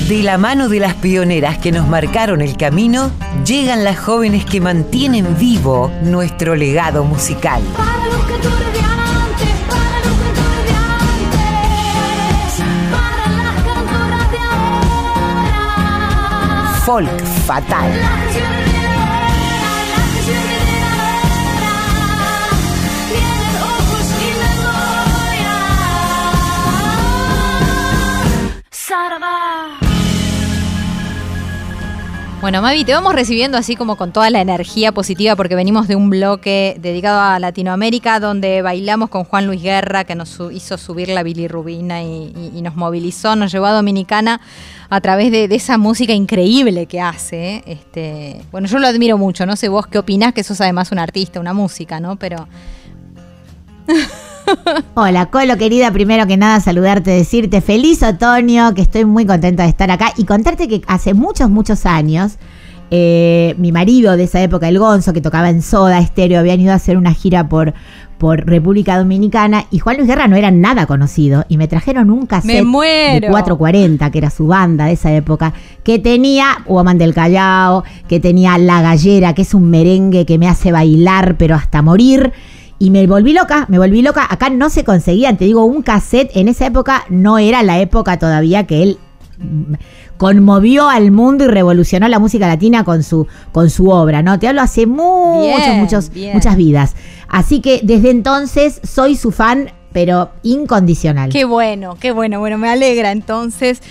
De la mano de las pioneras que nos marcaron el camino, llegan las jóvenes que mantienen vivo nuestro legado musical. Para los cantores de antes, para los cantores de antes, para las cantoras de ahora. Folk Fatal. La canción heredera, tienen ojos y memoria. Sarabá. Bueno, Mavi, te vamos recibiendo así como con toda la energía positiva porque venimos de un bloque dedicado a Latinoamérica donde bailamos con Juan Luis Guerra, que nos hizo subir la bilirrubina y nos movilizó, nos llevó a Dominicana a través de esa música increíble que hace. Bueno, yo lo admiro mucho, no sé vos qué opinás, que sos además un artista, una música, ¿no? Pero... Hola, Colo, querida, primero que nada saludarte, decirte feliz otoño, que estoy muy contenta de estar acá y contarte que hace muchos años mi marido de esa época, el Gonzo, que tocaba en Soda Stereo, habían ido a hacer una gira por República Dominicana y Juan Luis Guerra no era nada conocido y me trajeron un cassette de 440, que era su banda de esa época, que tenía Woman del Callao, que tenía La Gallera, que es un merengue que me hace bailar pero hasta morir. Y me volví loca, acá no se conseguían, te digo, un cassette, en esa época no era la época todavía que él conmovió al mundo y revolucionó la música latina con su obra, ¿no? Te hablo hace muchas vidas. Así que desde entonces soy su fan, pero incondicional. Qué bueno, bueno, me alegra entonces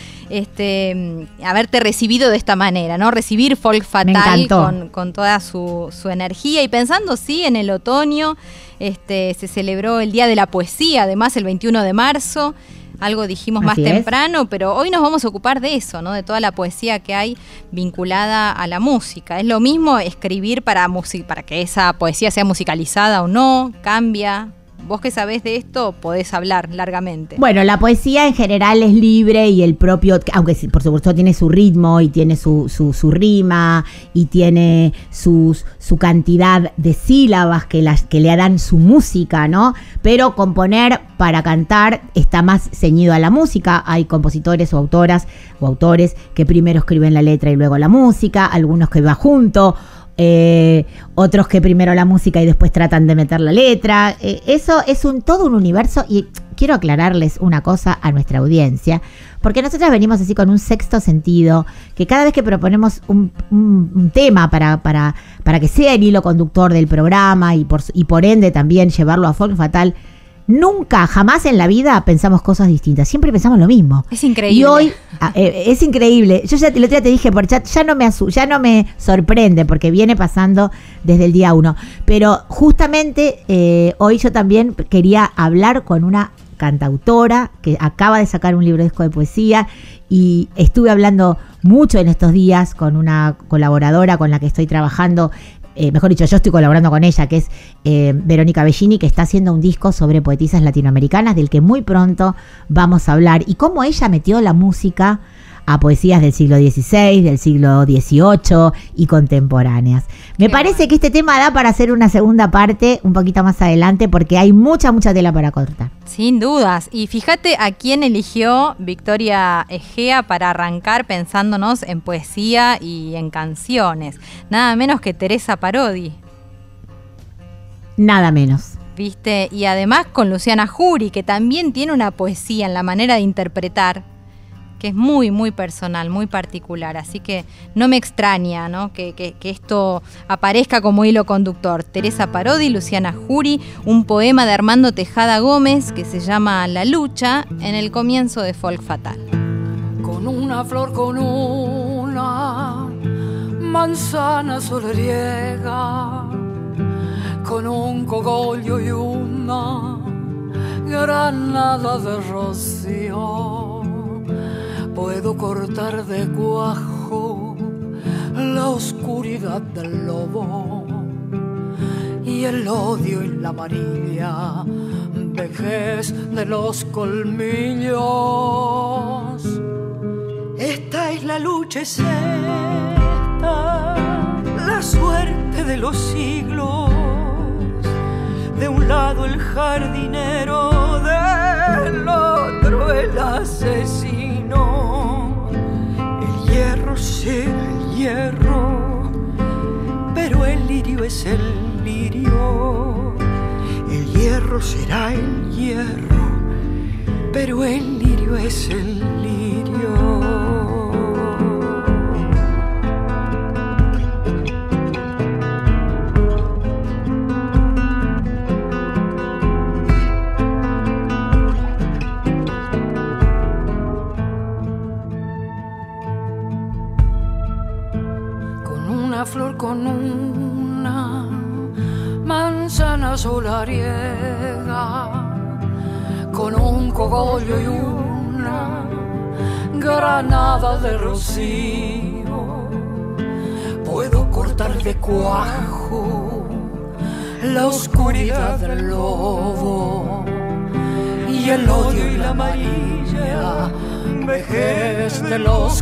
haberte recibido de esta manera, ¿no? Recibir Folk Fatal con toda su energía y pensando, sí, en el otoño, se celebró el Día de la Poesía, además el 21 de marzo, algo dijimos más temprano, pero hoy nos vamos a ocupar de eso, ¿no? De toda la poesía que hay vinculada a la música. ¿Es lo mismo escribir para que esa poesía sea musicalizada o no? ¿Cambia? Vos que sabés de esto, podés hablar largamente. Bueno, la poesía en general es libre y el propio, aunque por supuesto tiene su ritmo y tiene su rima y tiene su cantidad de sílabas que le dan su música, ¿no? Pero componer para cantar está más ceñido a la música. Hay compositores o autoras o autores que primero escriben la letra y luego la música, algunos que va junto. Otros que primero la música y después tratan de meter la letra. Eso es todo un universo y quiero aclararles una cosa a nuestra audiencia, porque nosotros venimos así con un sexto sentido, que cada vez que proponemos un tema para que sea el hilo conductor del programa y por ende también llevarlo a Folk Fatal, nunca, jamás en la vida pensamos cosas distintas. Siempre pensamos lo mismo. Es increíble. Y hoy es increíble. Yo ya el otro día te dije por chat, ya no me sorprende porque viene pasando desde el día 1. Pero justamente hoy yo también quería hablar con una cantautora que acaba de sacar un disco de poesía y estuve hablando mucho en estos días con una colaboradora con la que estoy trabajando. Mejor dicho, yo estoy colaborando con ella, que es Verónica Bellini, que está haciendo un disco sobre poetisas latinoamericanas, del que muy pronto vamos a hablar, y cómo ella metió la música a poesías del siglo XVI, del siglo XVIII y contemporáneas. Me parece que este tema da para hacer una segunda parte un poquito más adelante, porque hay mucha tela para cortar. Sin dudas. Y fíjate a quién eligió Victoria Egea para arrancar pensándonos en poesía y en canciones. Nada menos que Teresa Parodi. Nada menos. ¿Viste? Y además con Luciana Jury, que también tiene una poesía en la manera de interpretar que es muy, muy personal, muy particular. Así que no me extraña, ¿no? que esto aparezca como hilo conductor. Teresa Parodi, Luciana Jury, un poema de Armando Tejada Gómez que se llama La Lucha, en el comienzo de Folk Fatal. Con una flor, con una manzana solariega, con un cogollo y una granada de rocío, puedo cortar de cuajo la oscuridad del lobo y el odio y la amarilla vejez de los colmillos. Esta es la lucha, es esta la suerte de los siglos. De un lado el jardinero, del otro el asesino, lirio es el lirio, el hierro será el hierro, pero el lirio es el lirio. Flor con una manzana solariega, con un cogollo y una granada de rocío, puedo cortar de cuajo la oscuridad del lobo y el odio y la amarilla vejez de los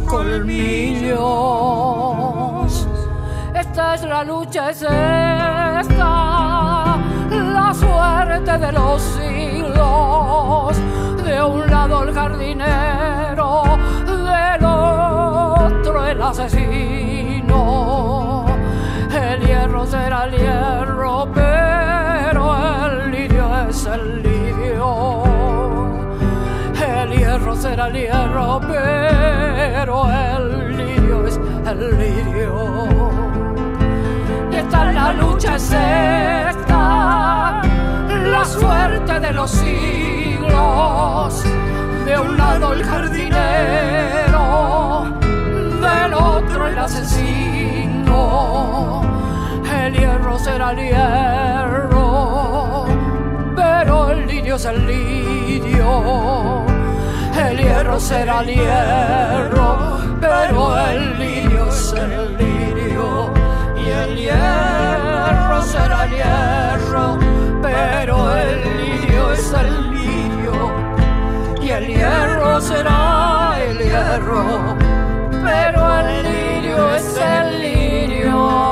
colmillos. Esta es la lucha, es esta la suerte de los siglos. De un lado el jardinero, del otro el asesino. El hierro será el hierro, pero el lirio es el lirio. El hierro será el hierro, pero el lirio es el lirio. Esta es la lucha, es esta la suerte de los siglos. De un lado el jardinero, del otro el asesino. El hierro será el hierro, pero el lirio es el lirio. El hierro será el hierro, pero el lirio es el lirio. Y el hierro será el hierro, pero el lirio es el lirio. Y el hierro será el hierro, pero el lirio es el lirio.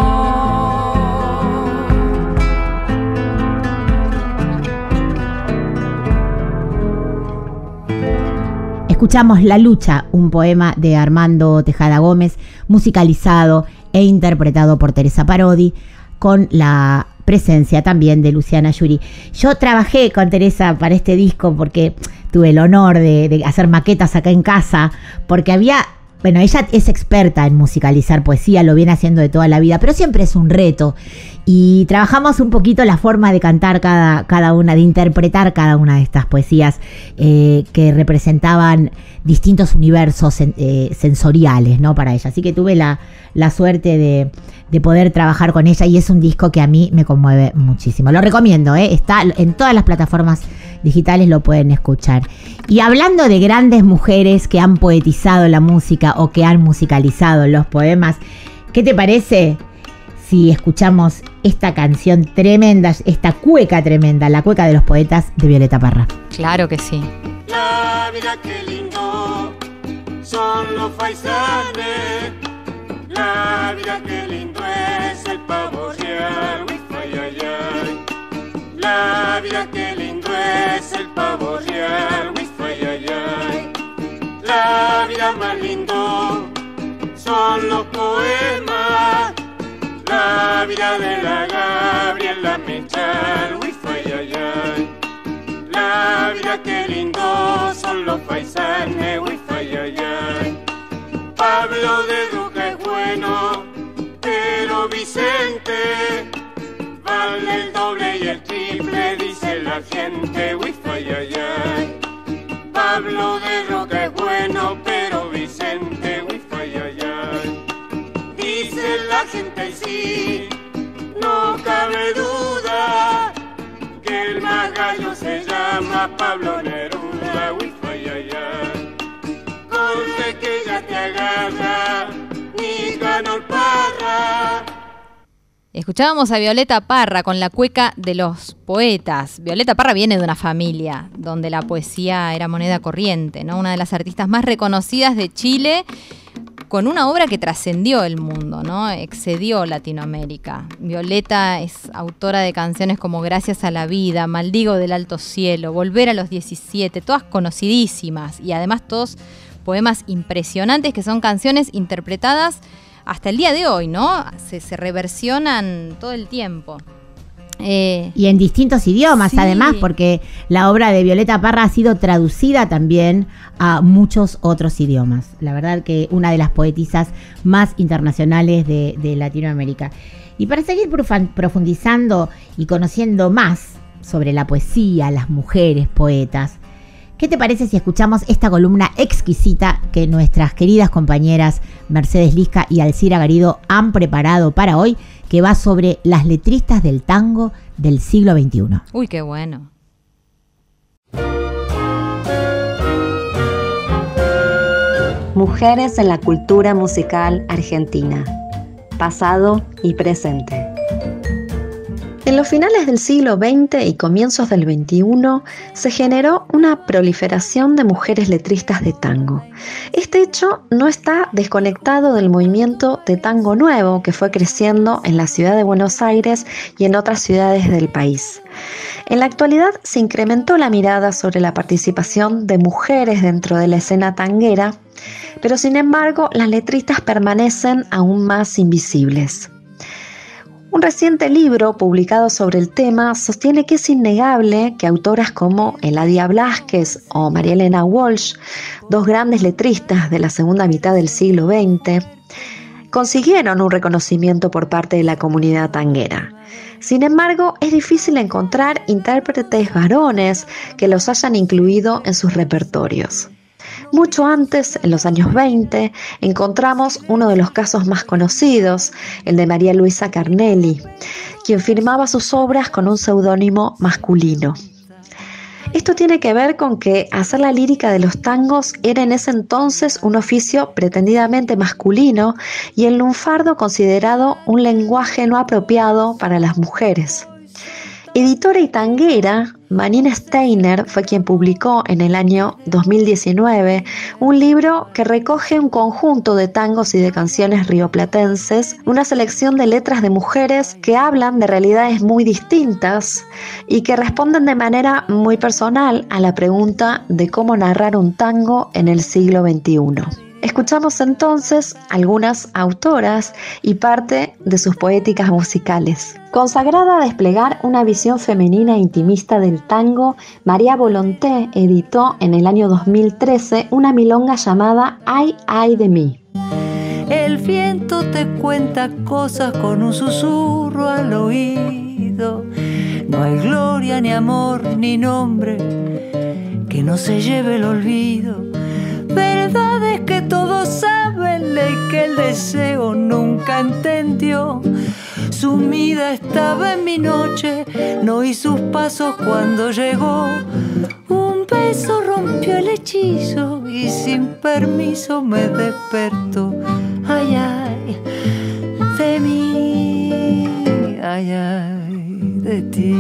Escuchamos La Lucha, un poema de Armando Tejada Gómez, musicalizado e interpretado por Teresa Parodi, con la presencia también de Luciana Yuri. Yo trabajé con Teresa para este disco porque tuve el honor de hacer maquetas acá en casa, porque ella es experta en musicalizar poesía, lo viene haciendo de toda la vida, pero siempre es un reto. Y trabajamos un poquito la forma de cantar cada una, de interpretar cada una de estas poesías que representaban distintos universos sensoriales, ¿no? Para ella. Así que tuve la suerte de poder trabajar con ella, y es un disco que a mí me conmueve muchísimo. Lo recomiendo, está en todas las plataformas digitales, lo pueden escuchar. Y hablando de grandes mujeres que han poetizado la música o que han musicalizado los poemas, ¿qué te parece si escuchamos esta canción tremenda, esta cueca tremenda, la cueca de los poetas de Violeta Parra? Claro que sí. La vida qué lindo son los faisanes. La vida qué lindo es el pavo real, wifi, ay, ay. La vida qué lindo es el pavo real, wifi, ay, ay. La vida más lindo son los poemas. La vida de la Gabriela Mechal, wifi, ay, ay. La vida qué lindo son los paisanes, wifi, ay, ay. Pablo de Duca es bueno, pero Vicente vale el doble y el triple, dice la gente, wifi, ay, ay. Pablo de Roca es bueno, pero Vicente, wifi, ay, ay. Dice la gente y sí, no cabe duda, que el más gallo se llama Pablo Neruda, wifi, ay, ay. Corte que ya te agarra, ni ganó el Parra. Escuchábamos a Violeta Parra con la cueca de los poetas. Violeta Parra viene de una familia donde la poesía era moneda corriente, ¿no? Una de las artistas más reconocidas de Chile, con una obra que trascendió el mundo, ¿no? Excedió Latinoamérica. Violeta es autora de canciones como Gracias a la vida, Maldigo del alto cielo, Volver a los 17, todas conocidísimas, y además todos poemas impresionantes que son canciones interpretadas hasta el día de hoy, ¿no? Se reversionan todo el tiempo. Y en distintos idiomas, sí, además, porque la obra de Violeta Parra ha sido traducida también a muchos otros idiomas. La verdad que una de las poetisas más internacionales de Latinoamérica. Y para seguir profundizando y conociendo más sobre la poesía, las mujeres poetas, ¿qué te parece si escuchamos esta columna exquisita que nuestras queridas compañeras Mercedes Lisca y Alcira Garido han preparado para hoy, que va sobre las letristas del tango del siglo XXI? Uy, qué bueno. Mujeres en la cultura musical argentina, pasado y presente. En los finales del siglo XX y comienzos del XXI se generó una proliferación de mujeres letristas de tango. Este hecho no está desconectado del movimiento de tango nuevo que fue creciendo en la ciudad de Buenos Aires y en otras ciudades del país. En la actualidad se incrementó la mirada sobre la participación de mujeres dentro de la escena tanguera, pero sin embargo las letristas permanecen aún más invisibles. Un reciente libro publicado sobre el tema sostiene que es innegable que autoras como Eladia Blasquez o María Elena Walsh, dos grandes letristas de la segunda mitad del siglo XX, consiguieron un reconocimiento por parte de la comunidad tanguera. Sin embargo, es difícil encontrar intérpretes varones que los hayan incluido en sus repertorios. Mucho antes, en los años 20, encontramos uno de los casos más conocidos, el de María Luisa Carnelli, quien firmaba sus obras con un seudónimo masculino. Esto tiene que ver con que hacer la lírica de los tangos era en ese entonces un oficio pretendidamente masculino y el lunfardo considerado un lenguaje no apropiado para las mujeres. Editora y tanguera, Manina Steiner fue quien publicó en el año 2019 un libro que recoge un conjunto de tangos y de canciones rioplatenses, una selección de letras de mujeres que hablan de realidades muy distintas y que responden de manera muy personal a la pregunta de cómo narrar un tango en el siglo XXI. Escuchamos entonces algunas autoras y parte de sus poéticas musicales. Consagrada a desplegar una visión femenina e intimista del tango, María Volonté editó en el año 2013 una milonga llamada Ay, ay de mí. El viento te cuenta cosas con un susurro al oído. No hay gloria, ni amor, ni nombre que no se lleve el olvido. Verdad es que todos saben que el deseo nunca entendió. Sumida estaba en mi noche, no oí sus pasos cuando llegó. Un beso rompió el hechizo y sin permiso me despertó. Ay, ay, de mí, ay, ay, de ti.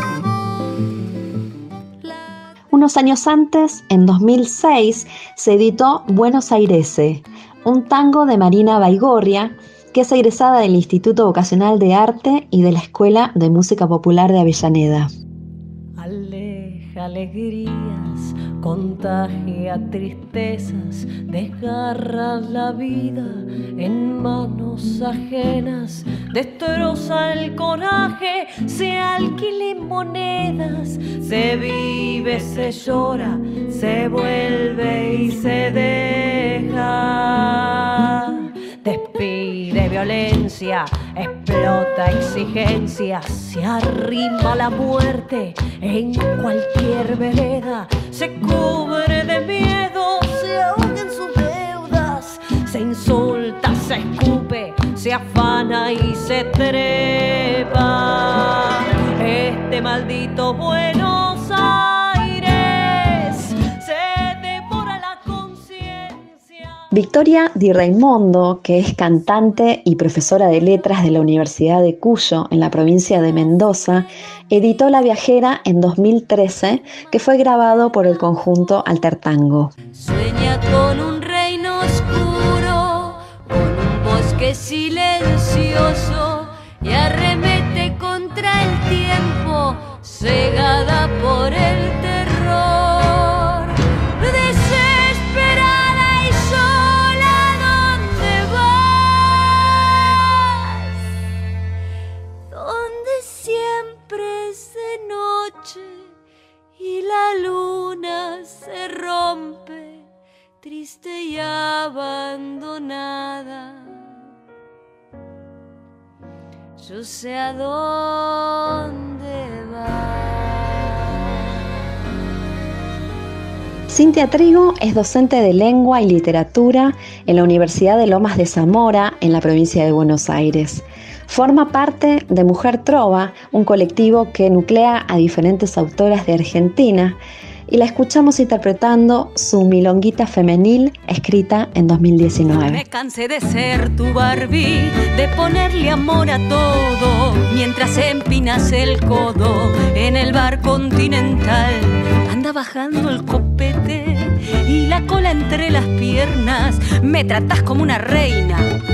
Unos años antes, en 2006, se editó Buenos Airese, un tango de Marina Baigorria, que es egresada del Instituto Vocacional de Arte y de la Escuela de Música Popular de Avellaneda. Aleja alegrías, contagia tristezas, desgarra la vida en manos ajenas, destroza el coraje, se alquila en monedas, se vive, se llora, se vuelve y se deja. Despide violencia, explota exigencias, se arrima la muerte en cualquier vereda, se cubre de miedo, se ahoga en sus deudas, se insulta, se escupe, se afana y se trepa. Este maldito Buenos Aires se devora la conciencia. Victoria Di Raimondo, que es cantante y profesora de letras de la Universidad de Cuyo, en la provincia de Mendoza, editó La Viajera en 2013, que fue grabado por el conjunto Altertango. Sueña con un reino oscuro, con un bosque silencioso, y arremete contra el tiempo, cegada por el terror. Desesperada y sola, ¿dónde va? nada. Yo sé a dónde va. Cintia Trigo es docente de lengua y literatura en la Universidad de Lomas de Zamora, en la provincia de Buenos Aires. Forma parte de Mujer Trova, un colectivo que nuclea a diferentes autoras de Argentina, y la escuchamos interpretando su Milonguita Femenil, escrita en 2019. Me cansé de ser tu Barbie, de ponerle amor a todo, mientras empinas el codo en el bar Continental. Anda bajando el copete y la cola entre las piernas, me tratás como una reina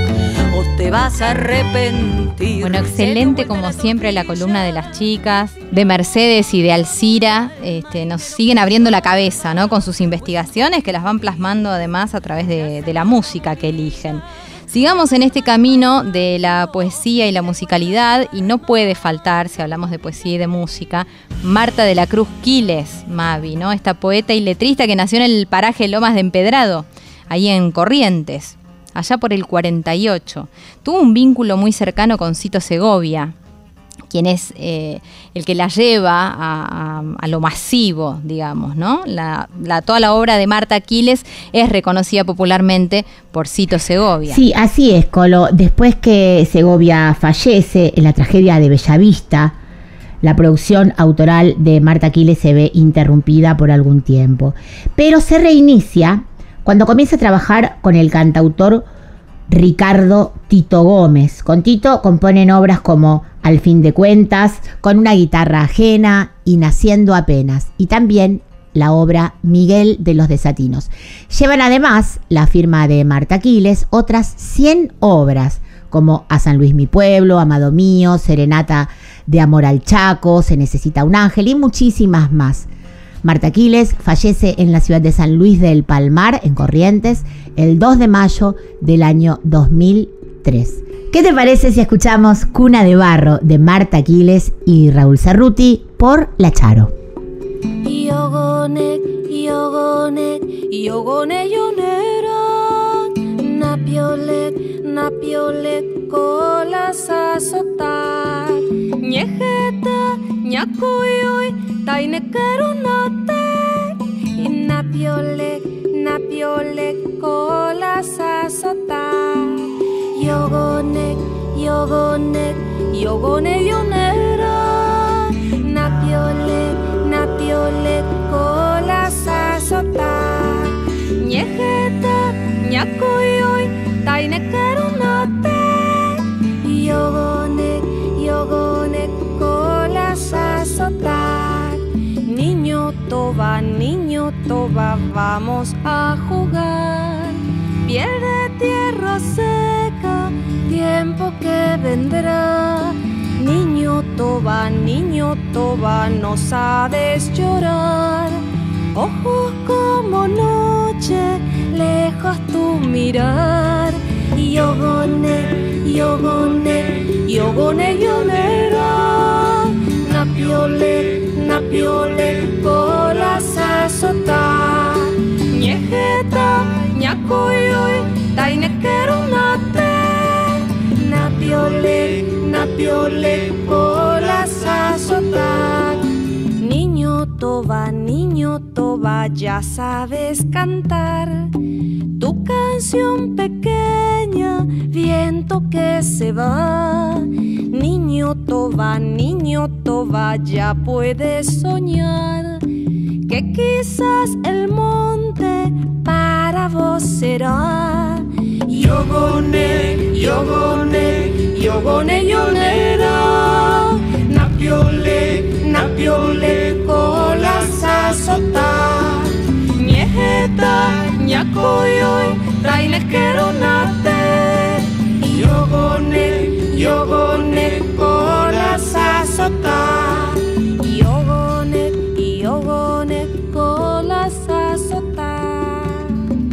o te vas a arrepentir. Bueno, excelente como siempre la columna de las chicas, de Mercedes y de Alcira. Nos siguen abriendo la cabeza, ¿no? Con sus investigaciones que las van plasmando además a través de la música que eligen. Sigamos en este camino de la poesía y la musicalidad, y no puede faltar, si hablamos de poesía y de música, Marta de la Cruz Quiles, Mavi, ¿no? Esta poeta y letrista que nació en el paraje Lomas de Empedrado, ahí en Corrientes, allá por el 48. Tuvo un vínculo muy cercano con Cito Segovia, quien es el que la lleva a lo masivo, digamos, ¿no? Toda la obra de Marta Quiles es reconocida popularmente por Cito Segovia. Sí, así es, Colo. Después que Segovia fallece en la tragedia de Bellavista, la producción autoral de Marta Quiles se ve interrumpida por algún tiempo. Pero se reinicia cuando comienza a trabajar con el cantautor Ricardo Tito Gómez. Con Tito componen obras como Al fin de cuentas, Con una guitarra ajena y Naciendo apenas, y también la obra Miguel de los Desatinos. Llevan además la firma de Marta Quiles otras 100 obras, como A San Luis mi pueblo, Amado mío, Serenata de amor al Chaco, Se necesita un ángel y muchísimas más. Marta Quiles fallece en la ciudad de San Luis del Palmar, en Corrientes, el 2 de mayo del año 2003. ¿Qué te parece si escuchamos Cuna de Barro de Marta Quiles y Raúl Cerruti por La Charo? Yogonek, yogonek, yogone yonera, napiolek, colas azotar, ñejeta, ñacoyoy, tainekeronate, y napiolek, colas azotar, yogonek, yogone yonera, napiolek, colas azotar, ñejeta, ñacoyoy, tainekeronate, yogonek, colas azotar. Niño toba, vamos a jugar. Pierde tierra seca, tiempo que vendrá. Niño toba, no sabes llorar. Ojos como noche, lejos tu mirar. Yogonek, yonera, napiolek, colas azotar, ñejeta, ñacoyoy, tainekeronate, napiolek, colas azotar. Niño toba, ya sabes cantar tu canción pequeña, viento que se va. Niño toba, ya puedes soñar que quizás el monte para vos será. Yogonek, yonera, napiolek, colas azotar, ñejeta, ñacoyoy, tainekeronate, yogonek, colas azotar, yogonek, colas azotar.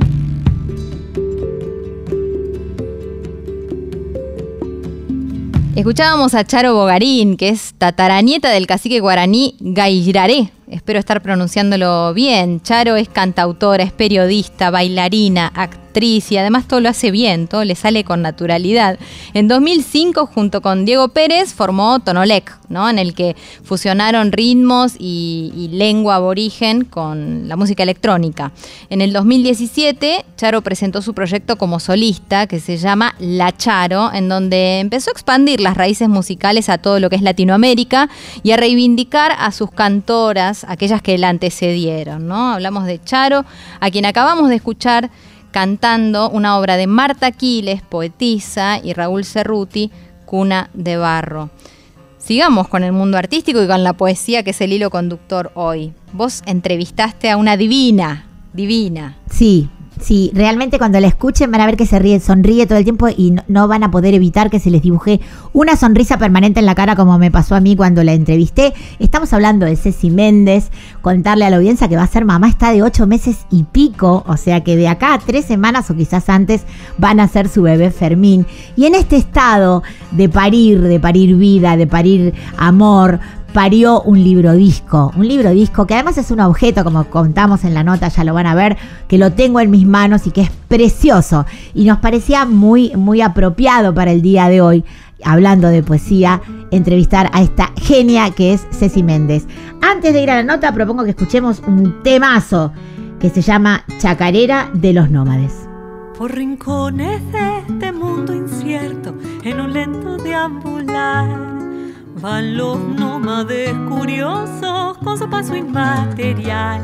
Escuchábamos a Charo Bogarín, que es tataranieta del cacique guaraní Gairaré. Espero estar pronunciándolo bien. Charo es cantautora, es periodista, bailarina, actriz actriz y además todo lo hace bien, todo le sale con naturalidad. En 2005, junto con Diego Pérez, formó Tonolec, ¿no? En el que fusionaron ritmos y lengua aborigen con la música electrónica. En el 2017, Charo presentó su proyecto como solista, que se llama La Charo, en donde empezó a expandir las raíces musicales a todo lo que es Latinoamérica y a reivindicar a sus cantoras, aquellas que la antecedieron, ¿no? Hablamos de Charo, a quien acabamos de escuchar cantando una obra de Marta Quiles, poetisa, y Raúl Cerruti, Cuna de Barro. Sigamos con el mundo artístico y con la poesía, que es el hilo conductor hoy. Vos entrevistaste a una divina. Sí, realmente cuando la escuchen van a ver que sonríe todo el tiempo y no van a poder evitar que se les dibuje una sonrisa permanente en la cara, como me pasó a mí cuando la entrevisté. Estamos hablando de Ceci Méndez. Contarle a la audiencia que va a ser mamá, está de 8 meses y pico, o sea que de acá a 3 semanas o quizás antes van a ser su bebé Fermín. Y en este estado de parir vida, de parir amor, parió un libro disco que además es un objeto, como contamos en la nota, ya lo van a ver, que lo tengo en mis manos y que es precioso. Y nos parecía muy, muy apropiado para el día de hoy, hablando de poesía, entrevistar a esta genia que es Ceci Méndez. Antes de ir a la nota, propongo que escuchemos un temazo que se llama Chacarera de los Nómades. Por rincones de este mundo incierto, en un lento deambular, van los nómades curiosos con su paso inmaterial.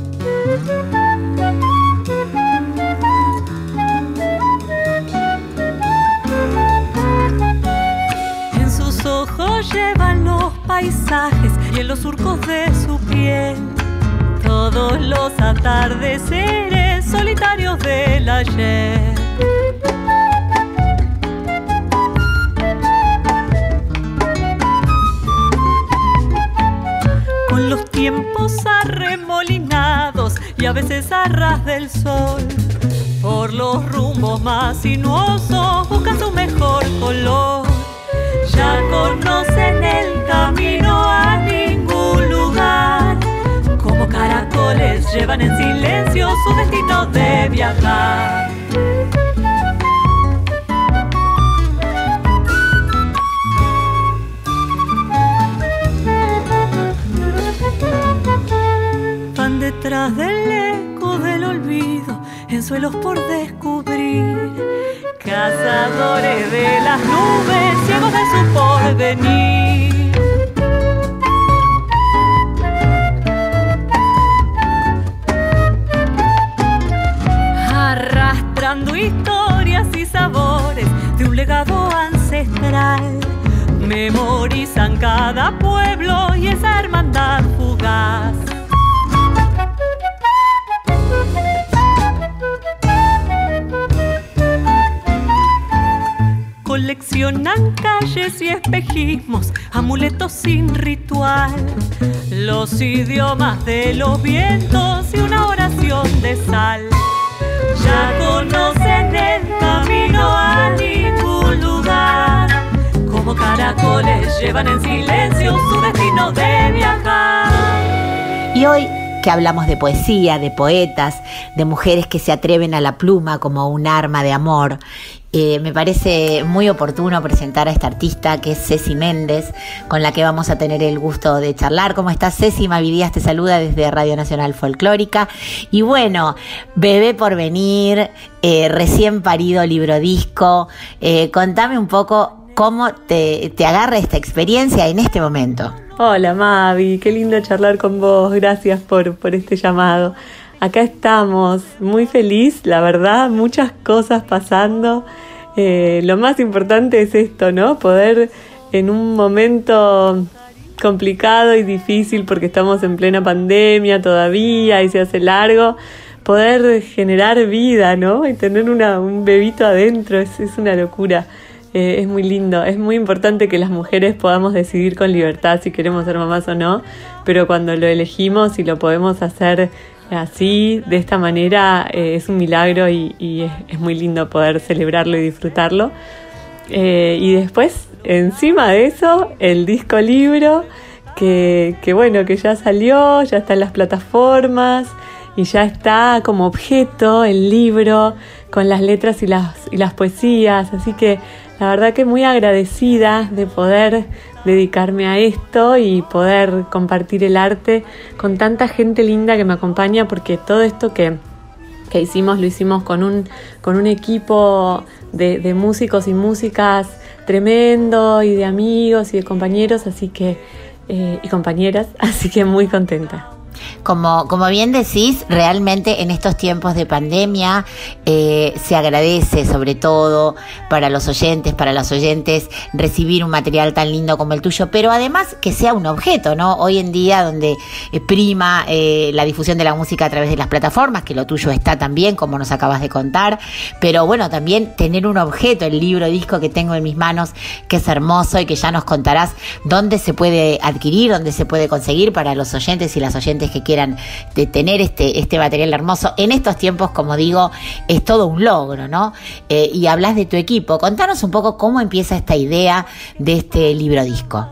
En sus ojos llevan los paisajes y en los surcos de su piel todos los atardeceres solitarios del ayer. Con los tiempos arremolinados y a veces a ras del sol, por los rumbos más sinuosos buscan su mejor color. Ya conocen el camino a ningún lugar, como caracoles llevan en silencio su destino de viajar. Van detrás del eco del olvido, en suelos por descubrir, cazadores de las nubes, ciegos de su porvenir. Arrastrando historias y sabores de un legado ancestral, memorizan cada pueblo y esa hermandad fugaz. Coleccionan calles y espejismos, amuletos sin ritual, los idiomas de los vientos y una oración de sal. Ya conocen el camino a ningún lugar, como caracoles llevan en silencio su destino de viajar. Y hoy que hablamos de poesía, de poetas, de mujeres que se atreven a la pluma como un arma de amor, me parece muy oportuno presentar a esta artista que es Ceci Méndez, con la que vamos a tener el gusto de charlar. ¿Cómo estás, Ceci? Mavi Díaz te saluda desde Radio Nacional Folclórica. Y bueno, bebé por venir, recién parido libro disco. Contame un poco cómo te agarra esta experiencia en este momento. Hola Mavi, qué lindo charlar con vos, gracias por este llamado. Acá estamos, muy feliz, la verdad, muchas cosas pasando. Lo más importante es esto, ¿no? Poder en un momento complicado y difícil, porque estamos en plena pandemia todavía y se hace largo, poder generar vida, ¿no? Y tener un bebito adentro, es una locura. Es muy lindo, es muy importante que las mujeres podamos decidir con libertad si queremos ser mamás o no, pero cuando lo elegimos y lo podemos hacer así, de esta manera, es un milagro y es muy lindo poder celebrarlo y disfrutarlo. Y después, encima de eso, el disco libro, que bueno, que ya salió, ya está en las plataformas y ya está como objeto el libro con las letras y las poesías, así que la verdad que muy agradecida de poder dedicarme a esto y poder compartir el arte con tanta gente linda que me acompaña, porque todo esto que hicimos lo hicimos con un equipo de músicos y músicas tremendo, y de amigos y de compañeros, así que y compañeras, así que muy contenta. Como bien decís, realmente en estos tiempos de pandemia se agradece, sobre todo para los oyentes, para las oyentes, recibir un material tan lindo como el tuyo, pero además que sea un objeto, ¿no? Hoy en día donde prima la difusión de la música a través de las plataformas, que lo tuyo está también, como nos acabas de contar, pero bueno, también tener un objeto, el libro disco que tengo en mis manos, que es hermoso y que ya nos contarás dónde se puede adquirir, dónde se puede conseguir para los oyentes y las oyentes que quieran tener este material hermoso. En estos tiempos, como digo, es todo un logro, ¿no? Y hablas de tu equipo. Contanos un poco cómo empieza esta idea de este libro disco.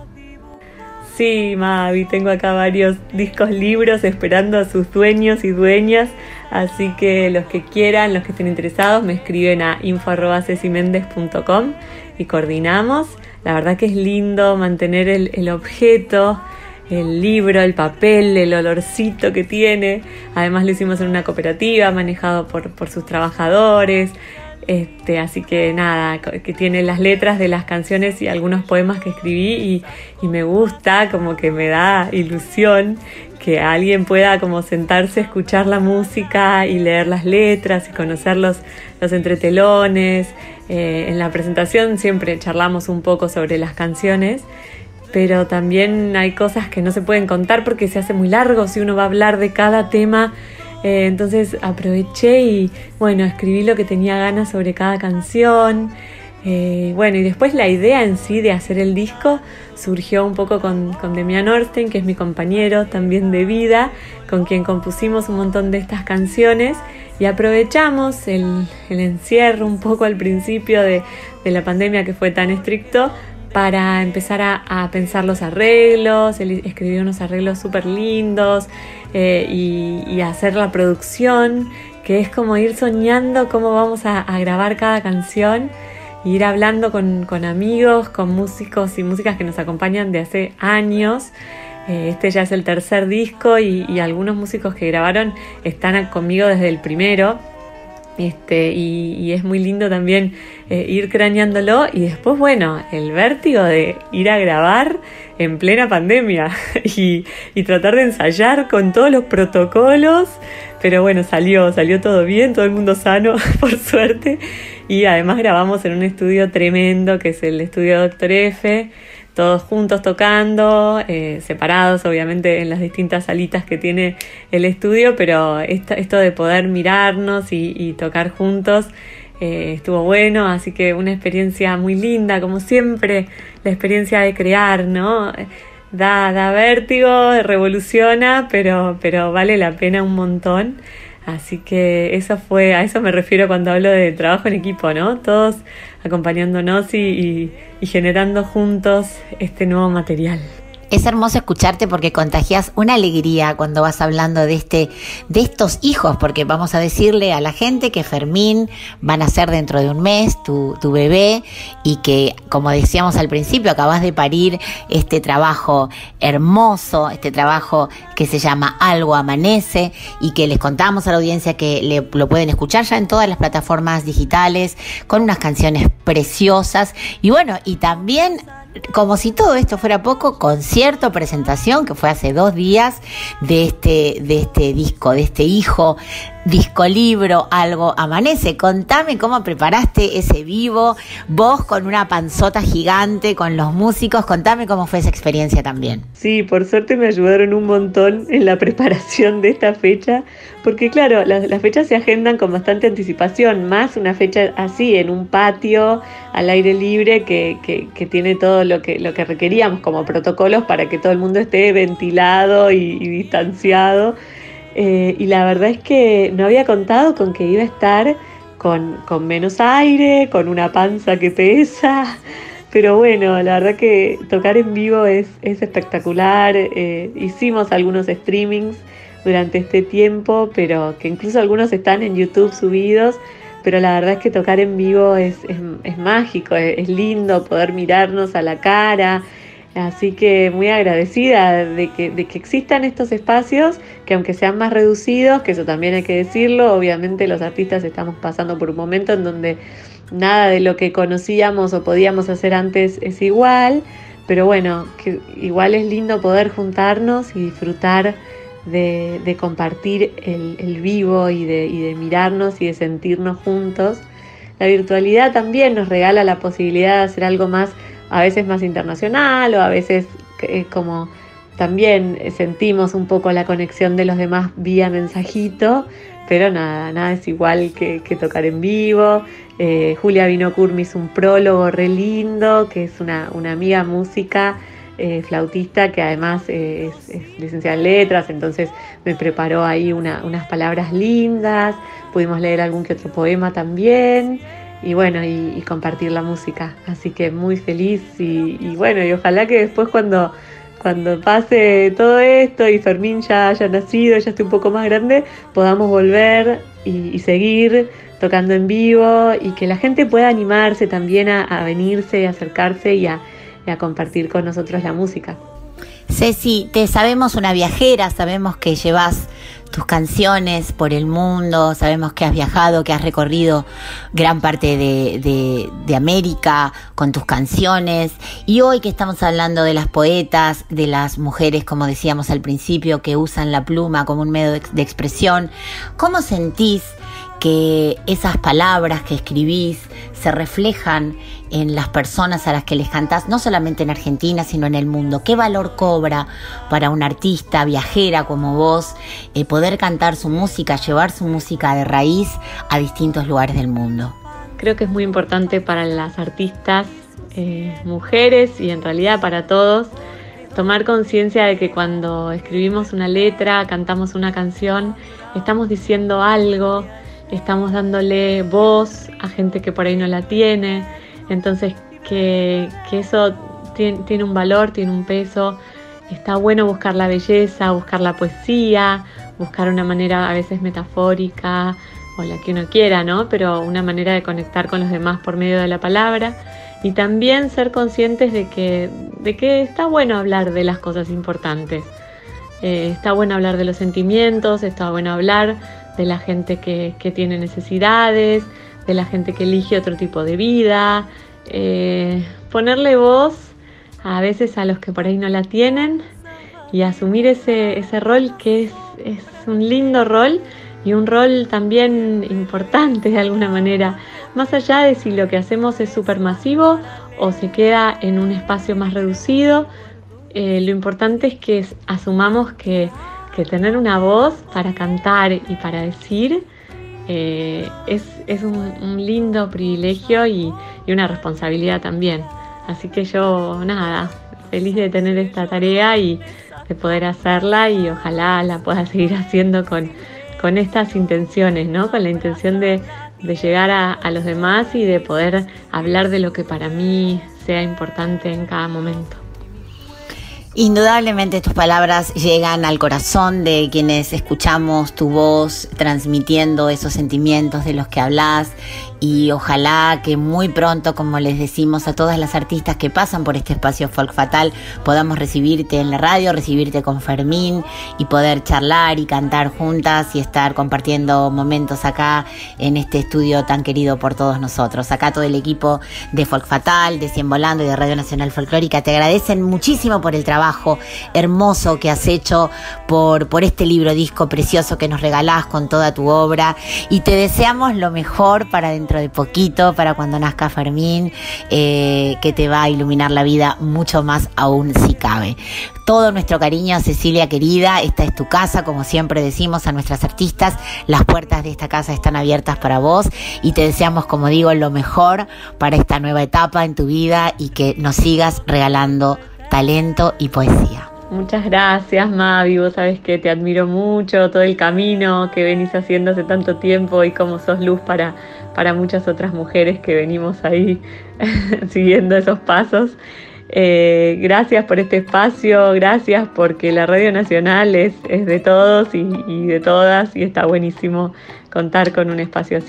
Sí, Mavi, tengo acá varios discos libros esperando a sus dueños y dueñas, así que los que quieran, los que estén interesados, me escriben a info@cecimendez.com y coordinamos. La verdad que es lindo mantener el objeto, el libro, el papel, el olorcito que tiene. Además lo hicimos en una cooperativa manejado por sus trabajadores, así que nada, que tiene las letras de las canciones y algunos poemas que escribí, y me gusta, como que me da ilusión que alguien pueda como sentarse a escuchar la música y leer las letras y conocer los entretelones. En la presentación siempre charlamos un poco sobre las canciones, pero también hay cosas que no se pueden contar porque se hace muy largo si uno va a hablar de cada tema. Entonces aproveché y bueno, escribí lo que tenía ganas sobre cada canción. Bueno, y después la idea en sí de hacer el disco surgió un poco con Demian Orstein, que es mi compañero también de vida, con quien compusimos un montón de estas canciones, y aprovechamos el encierro un poco al principio de la pandemia, que fue tan estricto, para empezar a pensar los arreglos. Él escribió unos arreglos súper lindos, y hacer la producción, que es como ir soñando cómo vamos a grabar cada canción, e ir hablando con amigos, con músicos y músicas que nos acompañan de hace años. Este ya es el tercer disco, y algunos músicos que grabaron están conmigo desde el primero. Y es muy lindo también ir craneándolo, y después, bueno, el vértigo de ir a grabar en plena pandemia y tratar de ensayar con todos los protocolos, pero bueno, salió todo bien, todo el mundo sano por suerte, y además grabamos en un estudio tremendo que es el estudio Dr. F, todos juntos tocando, separados obviamente en las distintas salitas que tiene el estudio, pero esto de poder mirarnos y tocar juntos estuvo bueno, así que una experiencia muy linda, como siempre, la experiencia de crear, ¿no? Da vértigo, revoluciona, pero vale la pena un montón. Así que a eso me refiero cuando hablo de trabajo en equipo, ¿no? Todos acompañándonos y generando juntos este nuevo material. Es hermoso escucharte porque contagias una alegría cuando vas hablando de estos hijos, porque vamos a decirle a la gente que Fermín va a nacer dentro de un mes, tu bebé, y que, como decíamos al principio, acabas de parir este trabajo hermoso, este trabajo que se llama Algo Amanece, y que les contamos a la audiencia que lo pueden escuchar ya en todas las plataformas digitales, con unas canciones preciosas, y bueno, y también, como si todo esto fuera poco, concierto, presentación, que fue hace 2 días, de este disco, de este hijo, disco libro, Algo Amanece. Contame cómo preparaste ese vivo, vos con una panzota gigante, con los músicos, contame cómo fue esa experiencia también. Sí, por suerte me ayudaron un montón en la preparación de esta fecha, porque claro, las fechas se agendan con bastante anticipación, más una fecha así, en un patio, al aire libre, que tiene todo lo que requeríamos como protocolos para que todo el mundo esté ventilado y distanciado. Y la verdad es que no había contado con que iba a estar con menos aire, con una panza que pesa, pero bueno, la verdad que tocar en vivo es espectacular. Hicimos algunos streamings durante este tiempo, pero que incluso algunos están en YouTube subidos, pero la verdad es que tocar en vivo es mágico, es lindo poder mirarnos a la cara. Así que muy agradecida de que existan estos espacios, que aunque sean más reducidos, que eso también hay que decirlo, obviamente los artistas estamos pasando por un momento en donde nada de lo que conocíamos o podíamos hacer antes es igual, pero bueno, que igual es lindo poder juntarnos y disfrutar de compartir el vivo y de mirarnos y de sentirnos juntos. La virtualidad también nos regala la posibilidad de hacer algo más, a veces más internacional, o a veces como también sentimos un poco la conexión de los demás vía mensajito, pero nada es igual que tocar en vivo. Julia Vinocur me hizo un prólogo re lindo, que es una amiga música, flautista, que además es licenciada en letras, entonces me preparó ahí unas palabras lindas, pudimos leer algún que otro poema también. Y bueno, y compartir la música. Así que muy feliz y bueno, y ojalá que después cuando pase todo esto y Fermín ya haya nacido, ya esté un poco más grande, podamos volver y seguir tocando en vivo y que la gente pueda animarse también a venirse, a acercarse y a compartir con nosotros la música. Ceci, te sabemos una viajera, sabemos que llevas tus canciones por el mundo, sabemos que has viajado, que has recorrido gran parte de América con tus canciones, y hoy que estamos hablando de las poetas, de las mujeres, como decíamos al principio, que usan la pluma como un medio de expresión, ¿cómo sentís que esas palabras que escribís se reflejan en las personas a las que les cantás, no solamente en Argentina, sino en el mundo? ¿Qué valor cobra para una artista viajera como vos poder cantar su música, llevar su música de raíz a distintos lugares del mundo? Creo que es muy importante para las artistas mujeres y en realidad para todos tomar conciencia de que cuando escribimos una letra, cantamos una canción, estamos diciendo algo, estamos dándole voz a gente que por ahí no la tiene. Entonces que eso tiene un valor, tiene un peso. Está bueno buscar la belleza, buscar la poesía, buscar una manera a veces metafórica o la que uno quiera, ¿no? Pero una manera de conectar con los demás por medio de la palabra. Y también ser conscientes de que está bueno hablar de las cosas importantes. Está bueno hablar de los sentimientos, está bueno hablar de la gente que tiene necesidades, de la gente que elige otro tipo de vida, ponerle voz a veces a los que por ahí no la tienen y asumir ese rol que es un lindo rol y un rol también importante de alguna manera, más allá de si lo que hacemos es supermasivo o se queda en un espacio más reducido. Lo importante es que asumamos que tener una voz para cantar y para decir es un lindo privilegio y una responsabilidad también. Así que yo, feliz de tener esta tarea y de poder hacerla, y ojalá la pueda seguir haciendo con estas intenciones, ¿no? Con la intención de llegar a los demás y de poder hablar de lo que para mí sea importante en cada momento. Indudablemente tus palabras llegan al corazón de quienes escuchamos tu voz transmitiendo esos sentimientos de los que hablas, y ojalá que muy pronto, como les decimos a todas las artistas que pasan por este espacio Folk Fatal, podamos recibirte en la radio, recibirte con Fermín y poder charlar y cantar juntas y estar compartiendo momentos acá en este estudio tan querido por todos nosotros. Acá todo el equipo de Folk Fatal, de Cien Volando y de Radio Nacional Folclórica te agradecen muchísimo por el trabajo hermoso que has hecho, por este libro disco precioso que nos regalás con toda tu obra, y te deseamos lo mejor para dentro de poquito, para cuando nazca Fermín, que te va a iluminar la vida mucho más aún si cabe. Todo nuestro cariño, Cecilia querida, esta es tu casa, como siempre decimos a nuestras artistas, las puertas de esta casa están abiertas para vos y te deseamos, como digo, lo mejor para esta nueva etapa en tu vida y que nos sigas regalando talento y poesía. Muchas gracias, Mavi, vos sabés que te admiro mucho, todo el camino que venís haciendo hace tanto tiempo y cómo sos luz para muchas otras mujeres que venimos ahí siguiendo esos pasos. Gracias por este espacio, gracias porque la Radio Nacional es de todos y de todas, y está buenísimo contar con un espacio así.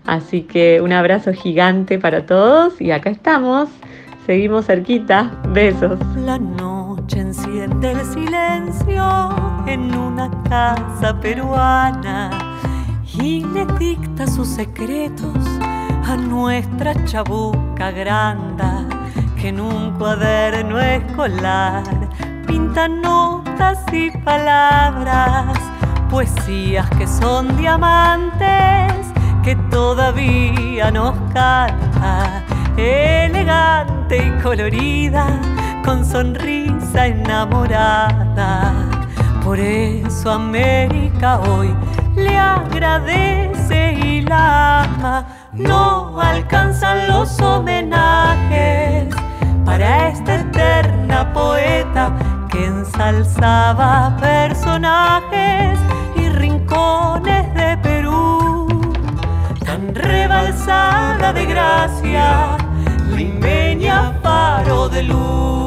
Así que un abrazo gigante para todos y acá estamos, seguimos cerquita, besos. La noche enciende el silencio en una casa peruana y le dicta sus secretos a nuestra chabuca granda, que en un cuaderno escolar pinta notas y palabras, poesías que son diamantes, que todavía nos canta, elegante y colorida, con sonrisa enamorada. Por eso América hoy le agradece y la ama. No alcanzan los homenajes para esta eterna poeta que ensalzaba personajes y rincones de Perú. Tan rebalsada de gracia, limeña faro de luz.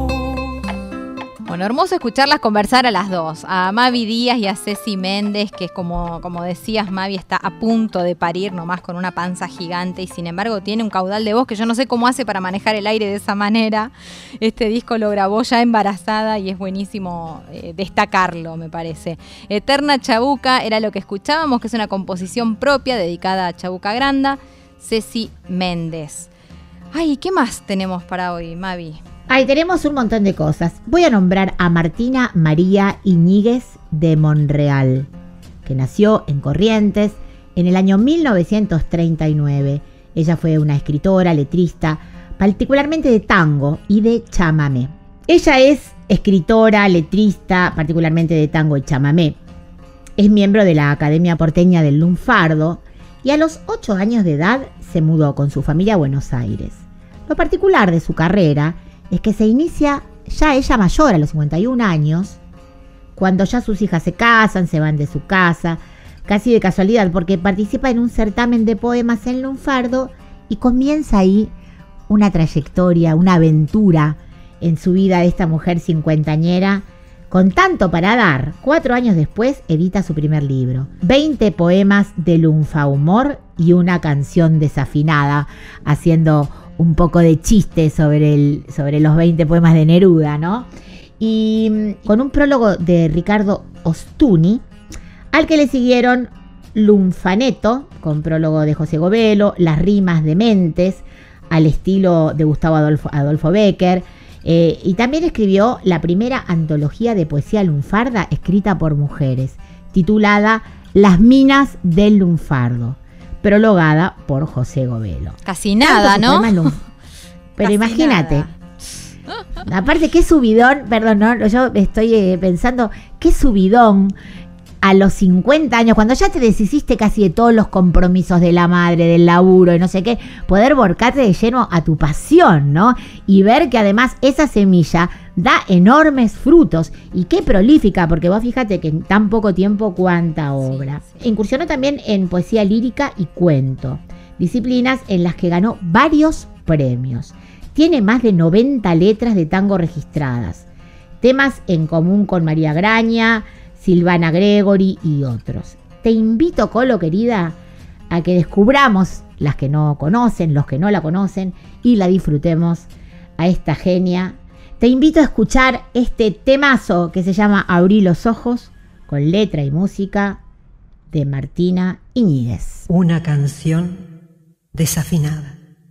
Bueno, hermoso escucharlas conversar a las dos, a Mavi Díaz y a Ceci Méndez, que es como decías, Mavi está a punto de parir nomás con una panza gigante y sin embargo tiene un caudal de voz que yo no sé cómo hace para manejar el aire de esa manera. Este disco lo grabó ya embarazada y es buenísimo destacarlo, me parece. Eterna Chabuca era lo que escuchábamos, que es una composición propia dedicada a Chabuca Granda, Ceci Méndez. Ay, ¿qué más tenemos para hoy, Mavi? Ay, tenemos un montón de cosas. Voy a nombrar a Martina María Iñiguez de Monreal, que nació en Corrientes en el año 1939. Ella fue una escritora, letrista, particularmente de tango y de chamamé. Ella es escritora, letrista, particularmente de tango y chamamé. Es miembro de la Academia Porteña del Lunfardo y a los 8 años de edad se mudó con su familia a Buenos Aires. Lo particular de su carrera es que se inicia ya ella mayor, a los 51 años, cuando ya sus hijas se casan, se van de su casa, casi de casualidad, porque participa en un certamen de poemas en Lunfardo y comienza ahí una trayectoria, una aventura en su vida de esta mujer cincuentañera, con tanto para dar. 4 años después edita su primer libro, 20 poemas de lunfahumor y una canción desafinada, haciendo un poco de chiste sobre los 20 poemas de Neruda, ¿no? Y con un prólogo de Ricardo Ostuni, al que le siguieron Lunfaneto, con prólogo de José Govelo, Las rimas de Mentes, al estilo de Gustavo Adolfo Bécquer, y también escribió la primera antología de poesía lunfarda escrita por mujeres, titulada Las minas del lunfardo, prologada por José Govelo. Casi nada, ¿no? Pero casi imagínate. Nada. Aparte, qué subidón, perdón, ¿no? Yo estoy pensando, qué subidón a los 50 años, cuando ya te deshiciste casi de todos los compromisos de la madre, del laburo y no sé qué, poder volcarte de lleno a tu pasión, ¿no? Y ver que además esa semilla da enormes frutos. Y qué prolífica, porque vos fíjate que en tan poco tiempo cuánta obra. Sí. Incursionó también en poesía lírica y cuento, disciplinas en las que ganó varios premios. Tiene más de 90 letras de tango registradas, temas en común con María Graña, Silvana Gregory y otros. Te invito, Colo querida, a que descubramos, las que no conocen, los que no la conocen, y la disfrutemos a esta genia. Te invito a escuchar este temazo que se llama Abrí los ojos, con letra y música de Martina Iñiguez. Una canción desafinada.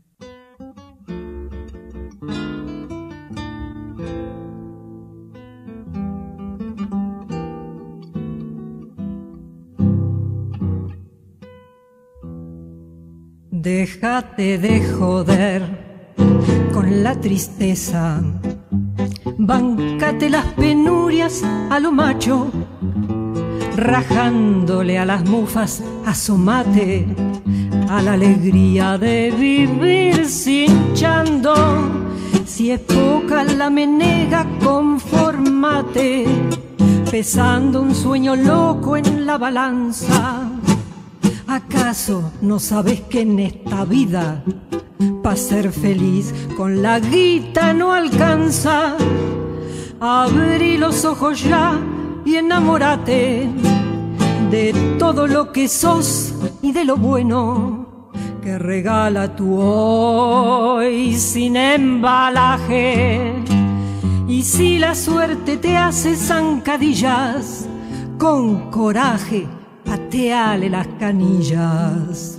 Déjate de joder con la tristeza, báncate las penurias a lo macho, rajándole a las mufas, asomate a la alegría de vivir cinchando. Si es poca la menega, conformate, pesando un sueño loco en la balanza. ¿Acaso no sabes que en esta vida pa' ser feliz con la guita no alcanza? Abrí los ojos ya y enamórate de todo lo que sos y de lo bueno. que regala tu hoy sin embalaje. Y si la suerte te hace zancadillas, con coraje pateale las canillas.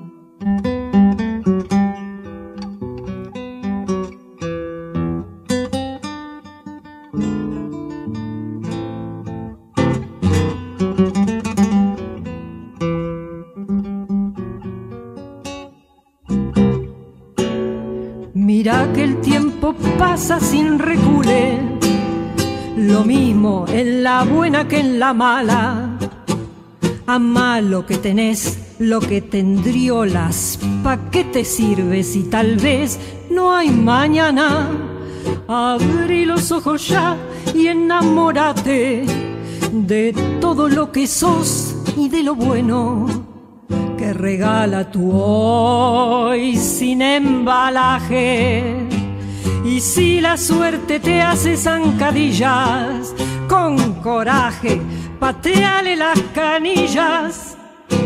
Mira que el tiempo pasa sin recule, lo mismo en la buena que en la mala. Amá lo que tenés, lo que tendriolas, ¿pa' qué te sirve si tal vez no hay mañana? Abrí los ojos ya y enamórate de todo lo que sos y de lo bueno que regala tu hoy sin embalaje. Y si la suerte te hace zancadillas, con coraje pateale las canillas.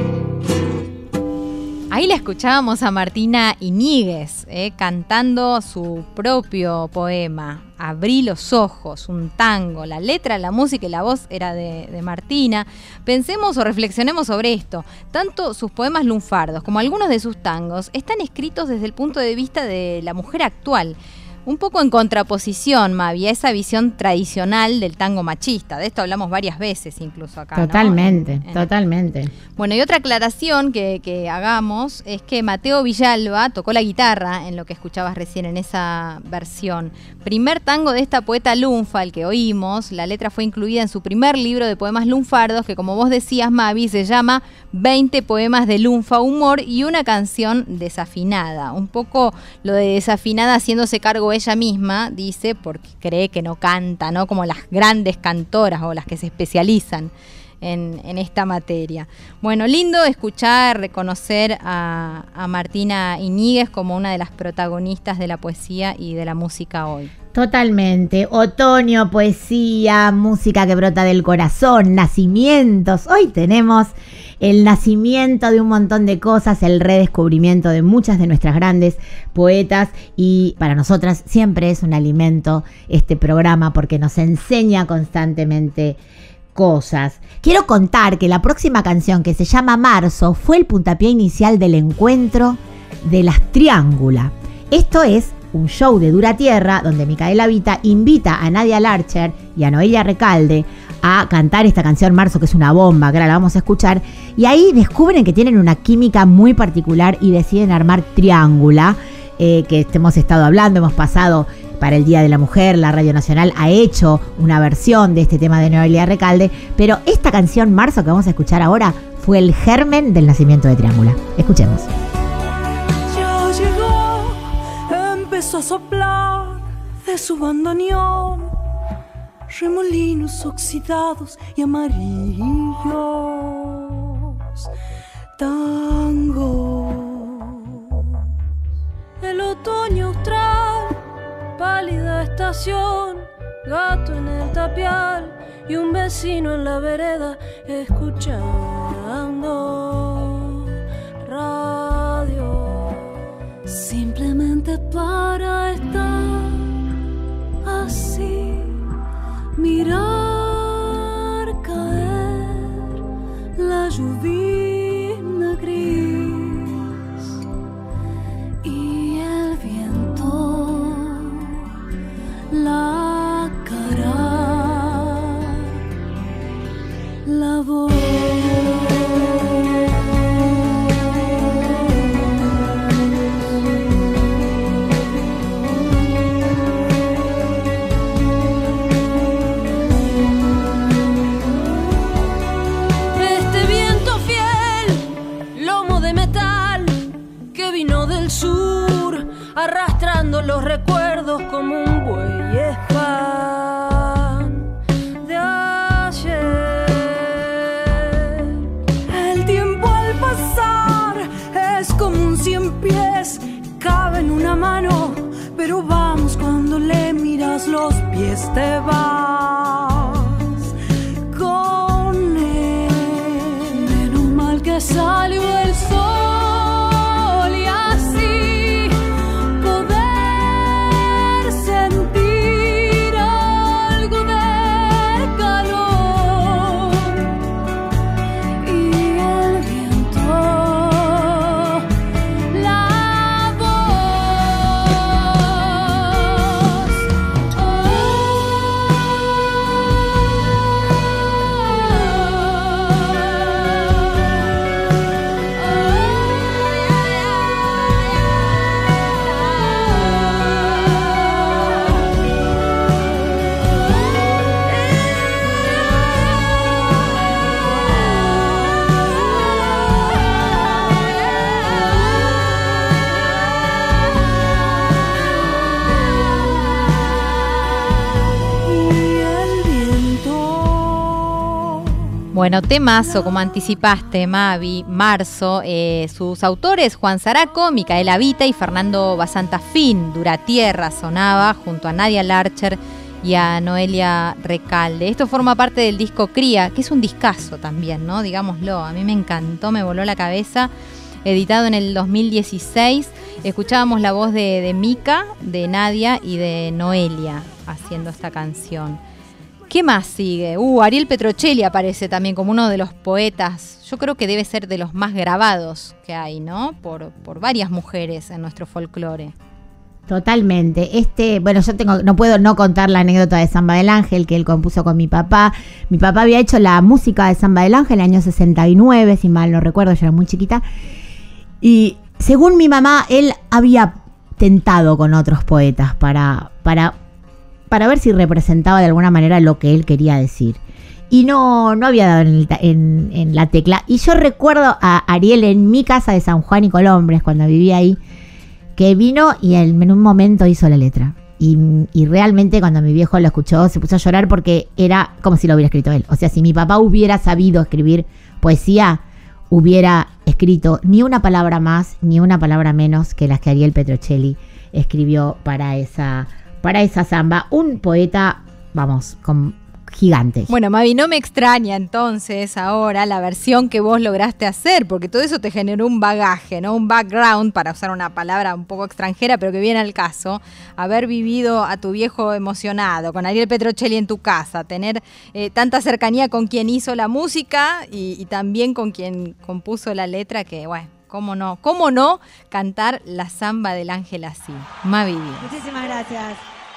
Ahí la escuchábamos a Martina Iñiguez cantando su propio poema, Abrí los ojos, un tango. La letra, la música y la voz era de Martina. Pensemos o reflexionemos sobre esto. Tanto sus poemas lunfardos como algunos de sus tangos están escritos desde el punto de vista de la mujer actual. Un poco en contraposición, Mavi, a esa visión tradicional del tango machista. De esto hablamos varias veces incluso acá. Totalmente, ¿no? Totalmente. Bueno, y otra aclaración que hagamos es que Mateo Villalba tocó la guitarra en lo que escuchabas recién en esa versión. Primer tango de esta poeta lunfa, el que oímos. La letra fue incluida en su primer libro de poemas lunfardos, que como vos decías, Mavi, se llama 20 poemas de lunfa humor y una canción desafinada. Un poco lo de desafinada haciéndose cargo ella misma, dice, porque cree que no canta, ¿no? Como las grandes cantoras o las que se especializan en esta materia. Bueno, lindo escuchar, reconocer a Martina Iñiguez como una de las protagonistas de la poesía y de la música hoy. Totalmente. Otoño, poesía, música que brota del corazón, nacimientos. Hoy tenemos el nacimiento de un montón de cosas, el redescubrimiento de muchas de nuestras grandes poetas, y para nosotras siempre es un alimento este programa porque nos enseña constantemente cosas. Quiero contar que la próxima canción, que se llama Marzo, fue el puntapié inicial del encuentro de las Triángula. Esto es un show de Dura Tierra donde Micaela Vita invita a Nadia Larcher y a Noelia Recalde a cantar esta canción Marzo, que es una bomba, que ahora la vamos a escuchar, y ahí descubren que tienen una química muy particular y deciden armar Triángula, que hemos estado hablando, hemos pasado para el Día de la Mujer, la Radio Nacional ha hecho una versión de este tema de Noelia Recalde, pero esta canción Marzo que vamos a escuchar ahora fue el germen del nacimiento de Triángula. Escuchemos. Ya llegó, empezó a soplar de su bandoneón, remolinos oxidados y amarillos, tango. El otoño austral, pálida estación, gato en el tapial y un vecino en la vereda escuchando radio, simplemente para estar así, mirar caer la lluvia gris y el viento la cara, la voz. Este viento fiel, lomo de metal, que vino del sur, arrastrando los recuerdos como un buey espán de ayer. El tiempo al pasar es como un 100 pies, cabe en una mano, pero vamos, cuando le miras los pies te vas con él. Menos mal que salió el sol Bueno, temazo, como anticipaste, Mavi, Marzo. Sus autores, Juan Zaraco, Micaela Vita y Fernando Basantafín. Dura Tierra sonaba junto a Nadia Larcher y a Noelia Recalde. Esto forma parte del disco Cría, que es un discazo también, ¿no? Digámoslo, a mí me encantó, me voló la cabeza. Editado en el 2016. Escuchábamos la voz de Mica, de Nadia y de Noelia haciendo esta canción. ¿Qué más sigue? Ariel Petrocelli aparece también como uno de los poetas. Yo creo que debe ser de los más grabados que hay, ¿no? Por varias mujeres en nuestro folclore. Totalmente. Bueno, yo no puedo no contar la anécdota de Samba del Ángel que él compuso con mi papá. Mi papá había hecho la música de Samba del Ángel en el año 69, si mal no recuerdo, yo era muy chiquita. Y según mi mamá, él había tentado con otros poetas para ver si representaba de alguna manera lo que él quería decir. Y no había dado en la tecla. Y yo recuerdo a Ariel en mi casa de San Juan y Colombres, cuando vivía ahí, que vino y en un momento hizo la letra. Y realmente cuando mi viejo lo escuchó se puso a llorar porque era como si lo hubiera escrito él. O sea, si mi papá hubiera sabido escribir poesía, hubiera escrito ni una palabra más ni una palabra menos que las que Ariel Petrocelli escribió para esa samba. Un poeta, vamos, gigante. Bueno, Mavi, no me extraña entonces ahora la versión que vos lograste hacer, porque todo eso te generó un bagaje, ¿no? Un background, para usar una palabra un poco extranjera, pero que viene al caso. Haber vivido a tu viejo emocionado, con Ariel Petrocelli en tu casa, tener tanta cercanía con quien hizo la música y también con quien compuso la letra, que bueno, ¿cómo no cantar la Samba del Ángel así? Mavi. Muchísimas gracias.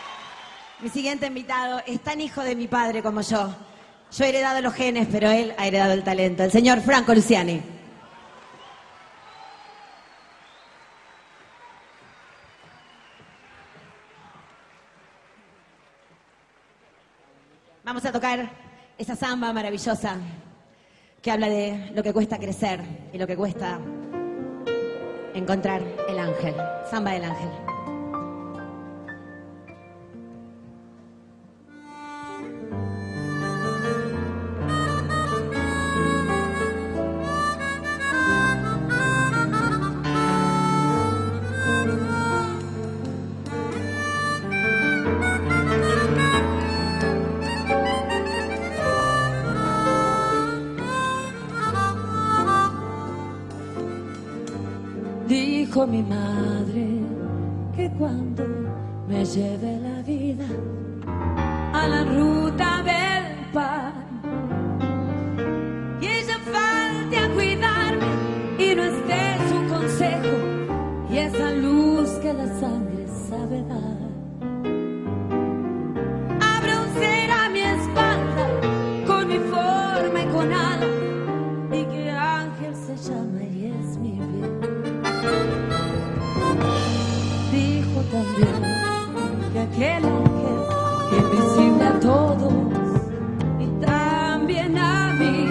Mi siguiente invitado es tan hijo de mi padre como yo. Yo he heredado los genes, pero él ha heredado el talento. El señor Franco Luciani. Vamos a tocar esa samba maravillosa que habla de lo que cuesta crecer y lo que cuesta encontrar el ángel. Samba del Ángel. Dijo mi madre que cuando me lleve la vida a la ruta del pan y ella falte a cuidarme y no esté su consejo y esa luz que la sangre sabe dar, abroncera mi espalda con mi forma y con ala y que ángel se llama y es mi bien. Dijo también que aquel ángel que es visible a todos y también a mí,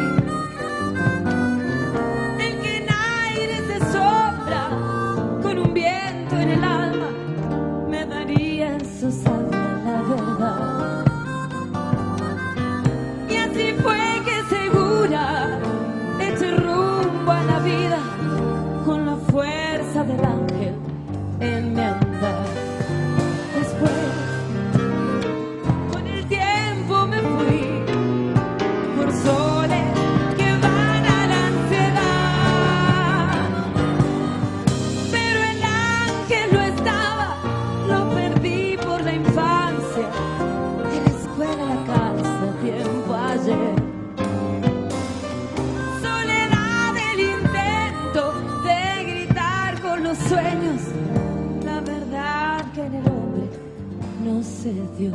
el que en aire se sopla con un viento en el alma, me daría en su sangre la verdad. Y así fue que segura eché rumbo a la vida con la fuerza del ángel en mi andar. Después, con el tiempo me fui por soles que van a la ansiedad. Pero el ángel no estaba, lo perdí por la infancia, de la escuela a la casa, tiempo ayer. Soledad del intento de gritar con los sueños, la verdad que en el hombre no se dio.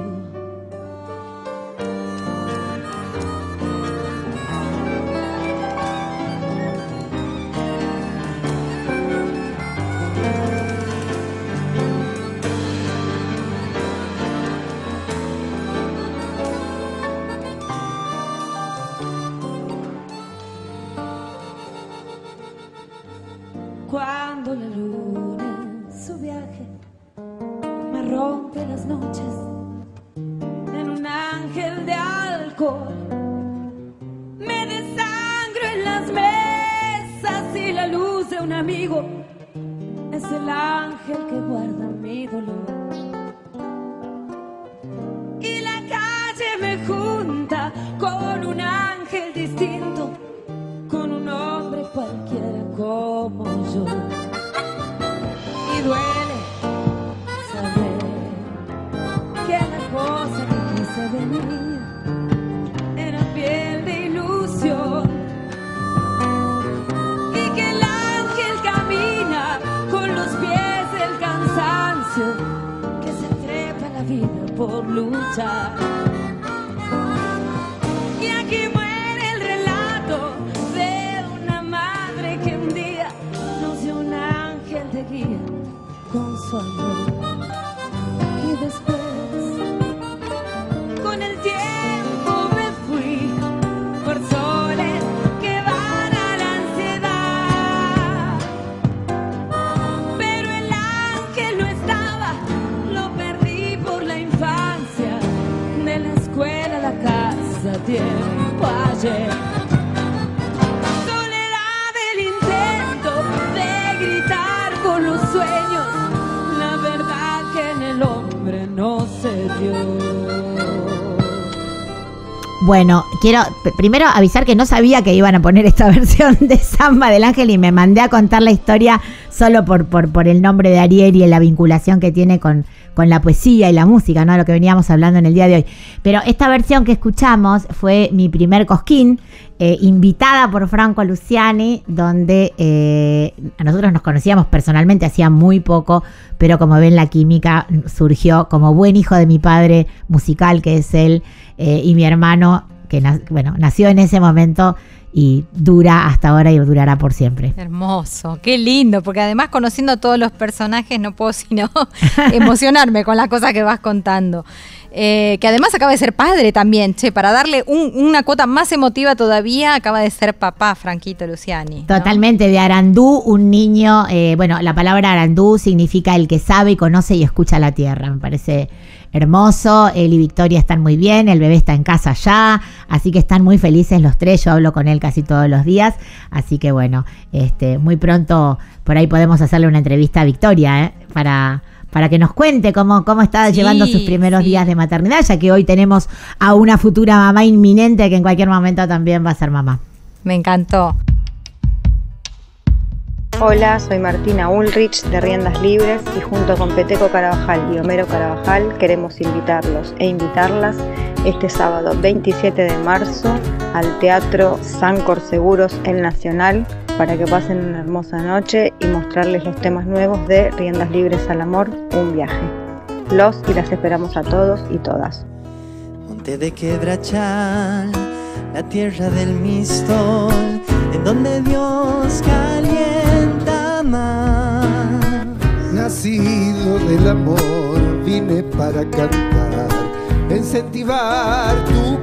Cuando la luna en su viaje me rompe las noches en un ángel de alcohol, me amigo, es el ángel que guarda mi dolor. Y la calle me junta con un ángel distinto, con un hombre cualquiera como yo. Y duele saber que la cosa que quise de niña era piel de ilusión, y que el ángel camina con los pies del cansancio, que se trepa la vida por luchar. Y aquí muere el relato de una madre que un día nos dio un ángel de guía con su amor. Y después, con el tiempo me fui por soles que van a la ansiedad. Pero el ángel no estaba, lo perdí por la infancia, de la escuela a la casa, tiempo ayer. Soledad del intento de gritar por los sueños, la verdad que en el hombre no se dio. Bueno, quiero primero avisar que no sabía que iban a poner esta versión de Samba del Ángel y me mandé a contar la historia solo por el nombre de Ariel y la vinculación que tiene con la poesía y la música, ¿no? Lo que veníamos hablando en el día de hoy. Pero esta versión que escuchamos fue mi primer cosquín, invitada por Franco Luciani, donde a nosotros nos conocíamos personalmente hacía muy poco, pero como ven la química surgió como buen hijo de mi padre musical, que es él, y mi hermano, que nació en ese momento y dura hasta ahora y durará por siempre. Hermoso, qué lindo, porque además conociendo a todos los personajes no puedo sino emocionarme con las cosas que vas contando. Que además acaba de ser padre también, para darle una cuota más emotiva todavía, acaba de ser papá, Franquito Luciani, ¿no? Totalmente, de Arandú, un niño, la palabra Arandú significa el que sabe y conoce y escucha la tierra, me parece hermoso. Él y Victoria están muy bien, el bebé está en casa ya, así que están muy felices los tres, yo hablo con él casi todos los días, así que bueno, muy pronto por ahí podemos hacerle una entrevista a Victoria, para que nos cuente cómo está llevando sus primeros días de maternidad, ya que hoy tenemos a una futura mamá inminente que en cualquier momento también va a ser mamá. Me encantó. Hola, soy Martina Ulrich de Riendas Libres y junto con Peteco Carabajal y Homero Carabajal queremos invitarlos e invitarlas este sábado 27 de marzo al Teatro Sancor Seguros El Nacional para que pasen una hermosa noche y mostrarles los temas nuevos de Riendas Libres al Amor, un viaje. Los y las esperamos a todos y todas. Monte de Quebrachal, la tierra del Mistol, en donde Dios calienta mar. Nacido del amor, vine para cantar, incentivar tu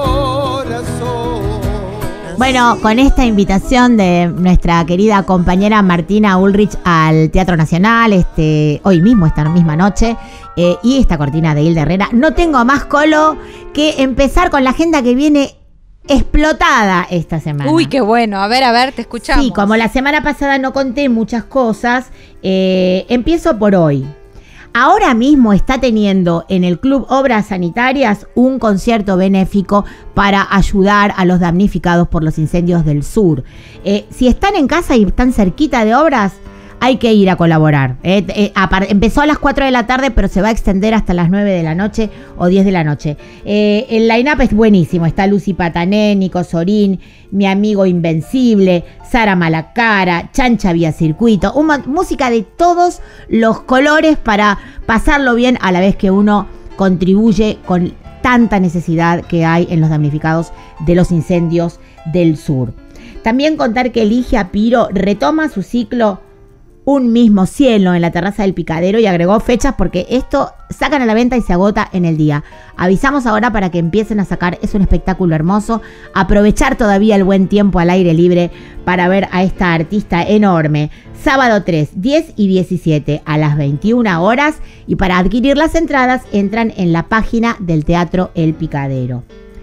corazón. Bueno, con esta invitación de nuestra querida compañera Martina Ulrich al Teatro Nacional, hoy mismo, esta misma noche, y esta cortina de Hilda Herrera, no tengo más, Colo, que empezar con la agenda que viene explotada esta semana. Uy, qué bueno. A ver, te escuchamos. Sí, como la semana pasada no conté muchas cosas, empiezo por hoy. Ahora mismo está teniendo en el Club Obras Sanitarias un concierto benéfico para ayudar a los damnificados por los incendios del sur. Si están en casa y están cerquita de obras, hay que ir a colaborar. Empezó a las 4 de la tarde, pero se va a extender hasta las 9 de la noche o 10 de la noche. El line-up es buenísimo. Está Lucy Patané, Nico Sorín, Mi Amigo Invencible, Sara Malacara, Chancha Vía Circuito. Música de todos los colores para pasarlo bien a la vez que uno contribuye con tanta necesidad que hay en los damnificados de los incendios del sur. También contar que Ligia Piro retoma su ciclo Un Mismo Cielo en la terraza del Picadero y agregó fechas porque esto sacan a la venta y se agota en el día. Avisamos ahora para que empiecen a sacar, es un espectáculo hermoso. Aprovechar todavía el buen tiempo al aire libre para ver a esta artista enorme. Sábado 3, 10 y 17 a las 21 horas y para adquirir las entradas entran en la página del Teatro El Picadero.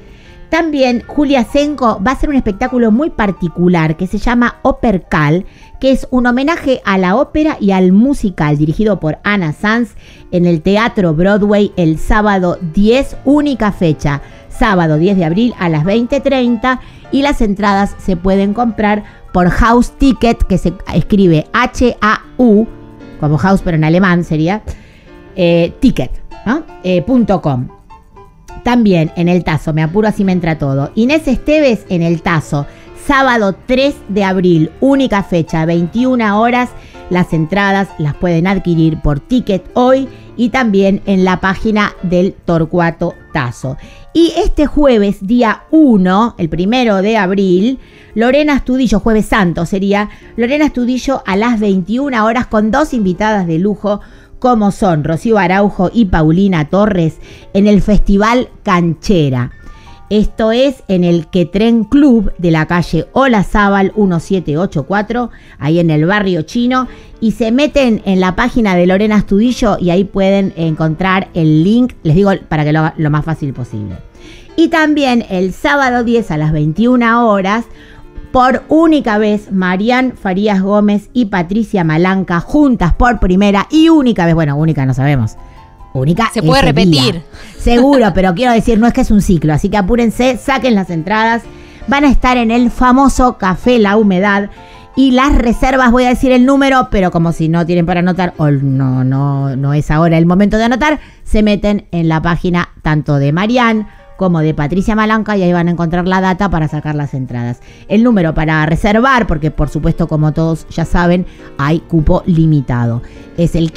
También Julia Senko va a hacer un espectáculo muy particular que se llama Opercal, que es un homenaje a la ópera y al musical, dirigido por Ana Sanz, en el Teatro Broadway el sábado 10, única fecha, sábado 10 de abril a las 20:30, y las entradas se pueden comprar por House Ticket, que se escribe H-A-U, como house pero en alemán sería, ticket, ¿no? .com. También en el Tazo, me apuro así me entra todo. Inés Esteves en el Tazo, sábado 3 de abril, única fecha, 21 horas. Las entradas las pueden adquirir por Ticket Hoy y también en la página del Torcuato Tazo. Y este jueves, día 1, el 1 de abril, Lorena Astudillo, jueves santo sería, Lorena Astudillo a las 21 horas con 2 invitadas de lujo, como son Rocío Araujo y Paulina Torres, en el Festival Canchera. Esto es en el Quetren Club de la calle Olazábal 1784, ahí en el barrio chino, y se meten en la página de Lorena Astudillo y ahí pueden encontrar el link, les digo, para que lo haga lo más fácil posible. Y también el sábado 10 a las 21 horas, por única vez, Marian Farías Gómez y Patricia Malanca juntas por primera y única vez, bueno, única no sabemos, única se puede repetir día. Seguro, pero quiero decir, no es que es un ciclo, así que apúrense, saquen las entradas. Van a estar en el famoso Café La Humedad y las reservas, voy a decir el número, pero como si no tienen para anotar o no es ahora el momento de anotar, se meten en la página tanto de Marian como de Patricia Malanca y ahí van a encontrar la data para sacar las entradas. El número para reservar, porque por supuesto, como todos ya saben, hay cupo limitado. Es el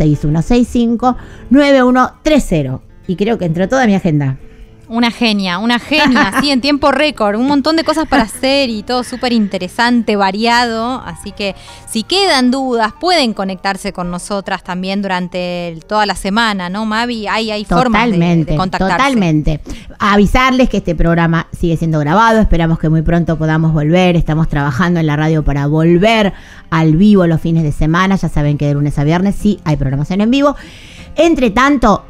15-6165-9130. Y creo que entró toda mi agenda. Una genia, sí, en tiempo récord, un montón de cosas para hacer y todo súper interesante, variado, así que si quedan dudas pueden conectarse con nosotras también durante toda la semana, ¿no, Mavi? Hay formas de contactarse. Totalmente. Avisarles que este programa sigue siendo grabado, esperamos que muy pronto podamos volver, estamos trabajando en la radio para volver al vivo los fines de semana, ya saben que de lunes a viernes sí hay programación en vivo. Entre tanto,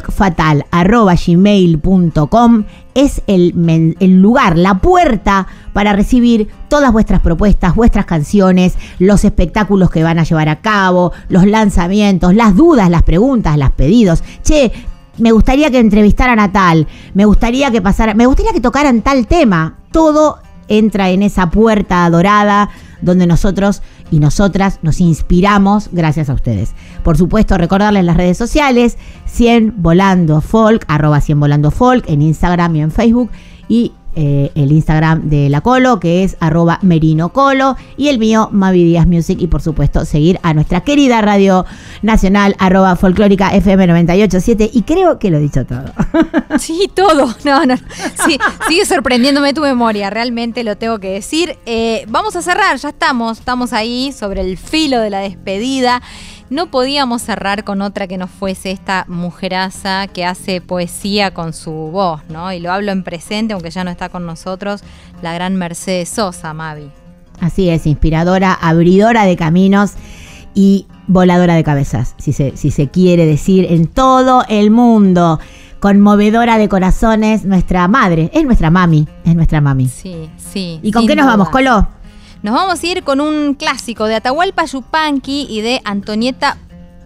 folkfatal@gmail.com es el lugar, la puerta para recibir todas vuestras propuestas, vuestras canciones, los espectáculos que van a llevar a cabo, los lanzamientos, las dudas, las preguntas, los pedidos. Che, me gustaría que entrevistaran a tal, me gustaría que tocaran tal tema. Todo entra en esa puerta dorada donde nosotros y nosotras nos inspiramos gracias a ustedes. Por supuesto, recordarles las redes sociales, 100 Volando Folk, @100 Volando Folk, en Instagram y en Facebook, y el Instagram de la Colo, que es @merinocolo, y el mío, Mavi Díaz Music, y por supuesto seguir a nuestra querida Radio Nacional, @folclórica FM 98.7, y creo que lo he dicho todo. Sí, todo. No. Sí, sigue sorprendiéndome tu memoria, realmente lo tengo que decir. Vamos a cerrar, ya estamos ahí sobre el filo de la despedida. No podíamos cerrar con otra que no fuese esta mujeraza que hace poesía con su voz, ¿no? Y lo hablo en presente, aunque ya no está con nosotros, la gran Mercedes Sosa, Mavi. Así es, inspiradora, abridora de caminos y voladora de cabezas, si se quiere decir, en todo el mundo. Conmovedora de corazones, nuestra madre, es nuestra mami. Sí. ¿Y con qué nos vamos, Colo? Nos vamos a ir con un clásico de Atahualpa Yupanqui y de Antonieta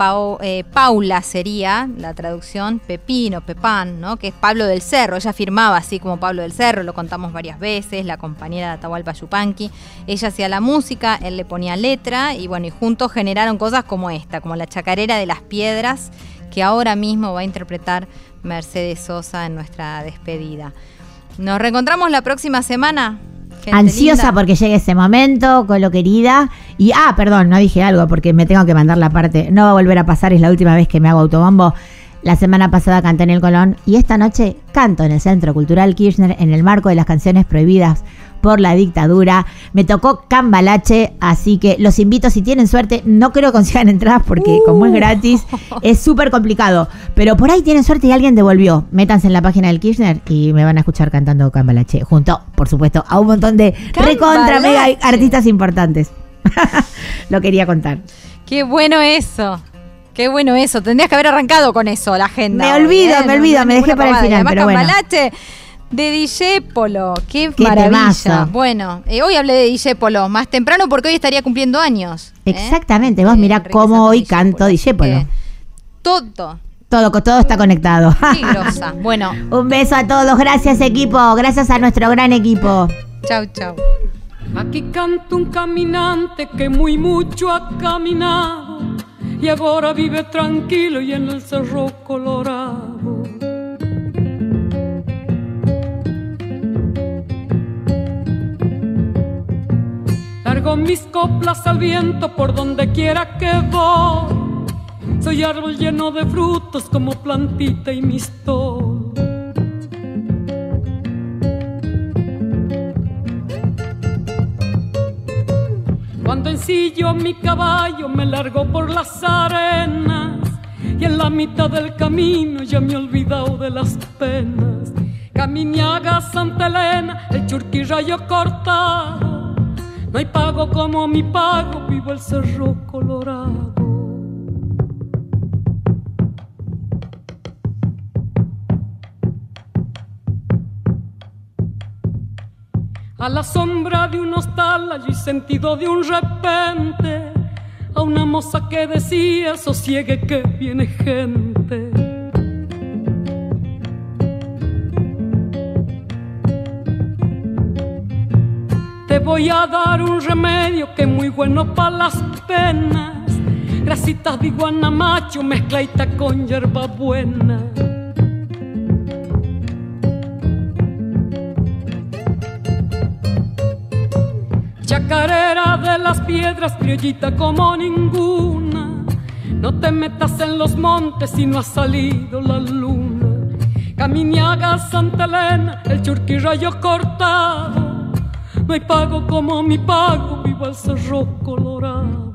Paula, sería la traducción, Pepán, ¿no? Que es Pablo del Cerro. Ella firmaba así como Pablo del Cerro, lo contamos varias veces, la compañera de Atahualpa Yupanqui. Ella hacía la música, él le ponía letra y bueno, y juntos generaron cosas como esta, como la Chacarera de las Piedras, que ahora mismo va a interpretar Mercedes Sosa en nuestra despedida. Nos reencontramos la próxima semana. Gente ansiosa linda, porque llegue ese momento, Colo querida. Y, perdón, no dije algo porque me tengo que mandar la parte. No va a volver a pasar, es la última vez que me hago autobombo. La semana pasada canté en el Colón y esta noche canto en el Centro Cultural Kirchner en el marco de las canciones prohibidas por la dictadura. Me tocó Cambalache, así que los invito, si tienen suerte. No creo que consigan entradas porque como es gratis es súper complicado, pero por ahí tienen suerte y alguien devolvió. Métanse en la página del Kirchner y me van a escuchar cantando Cambalache junto, por supuesto, a un montón de recontra mega artistas importantes. Lo quería contar. Qué bueno eso. Qué bueno eso. Tendrías que haber arrancado con eso, la agenda. Me olvido, me dejé para el final. Además, pero Cambalache, De Discépolo, qué maravilla. Temazo. Bueno, hoy hablé de Discépolo más temprano porque hoy estaría cumpliendo años. Exactamente, vos mirá cómo hoy canto Discépolo. Todo está conectado. Qué grosa. Bueno. Un beso a todos, gracias equipo, gracias a nuestro gran equipo. Chau, chau. Aquí canta un caminante que muy mucho ha caminado y ahora vive tranquilo y en el Cerro Colorado. Largo mis coplas al viento por donde quiera que voy. Soy árbol lleno de frutos como plantita y mistol. Cuando ensillo mi caballo me largo por las arenas y en la mitad del camino ya me he olvidado de las penas. Caminiaga, Santa Elena, el Churquirrayo cortado. No hay pago como mi pago, vivo el Cerro Colorado. A la sombra de un hostal allí sentido de un repente a una moza que decía sosiegue que viene gente. Te voy a dar un remedio que es muy bueno para las penas. Grasitas de iguana macho mezcladita con hierba buena. Chacarera de las piedras, criollita como ninguna. No te metas en los montes si no ha salido la luna. Caminiaga, Santa Elena, el Churquirrayo cortado. No hay pago como mi pago, viva el Cerro Colorado.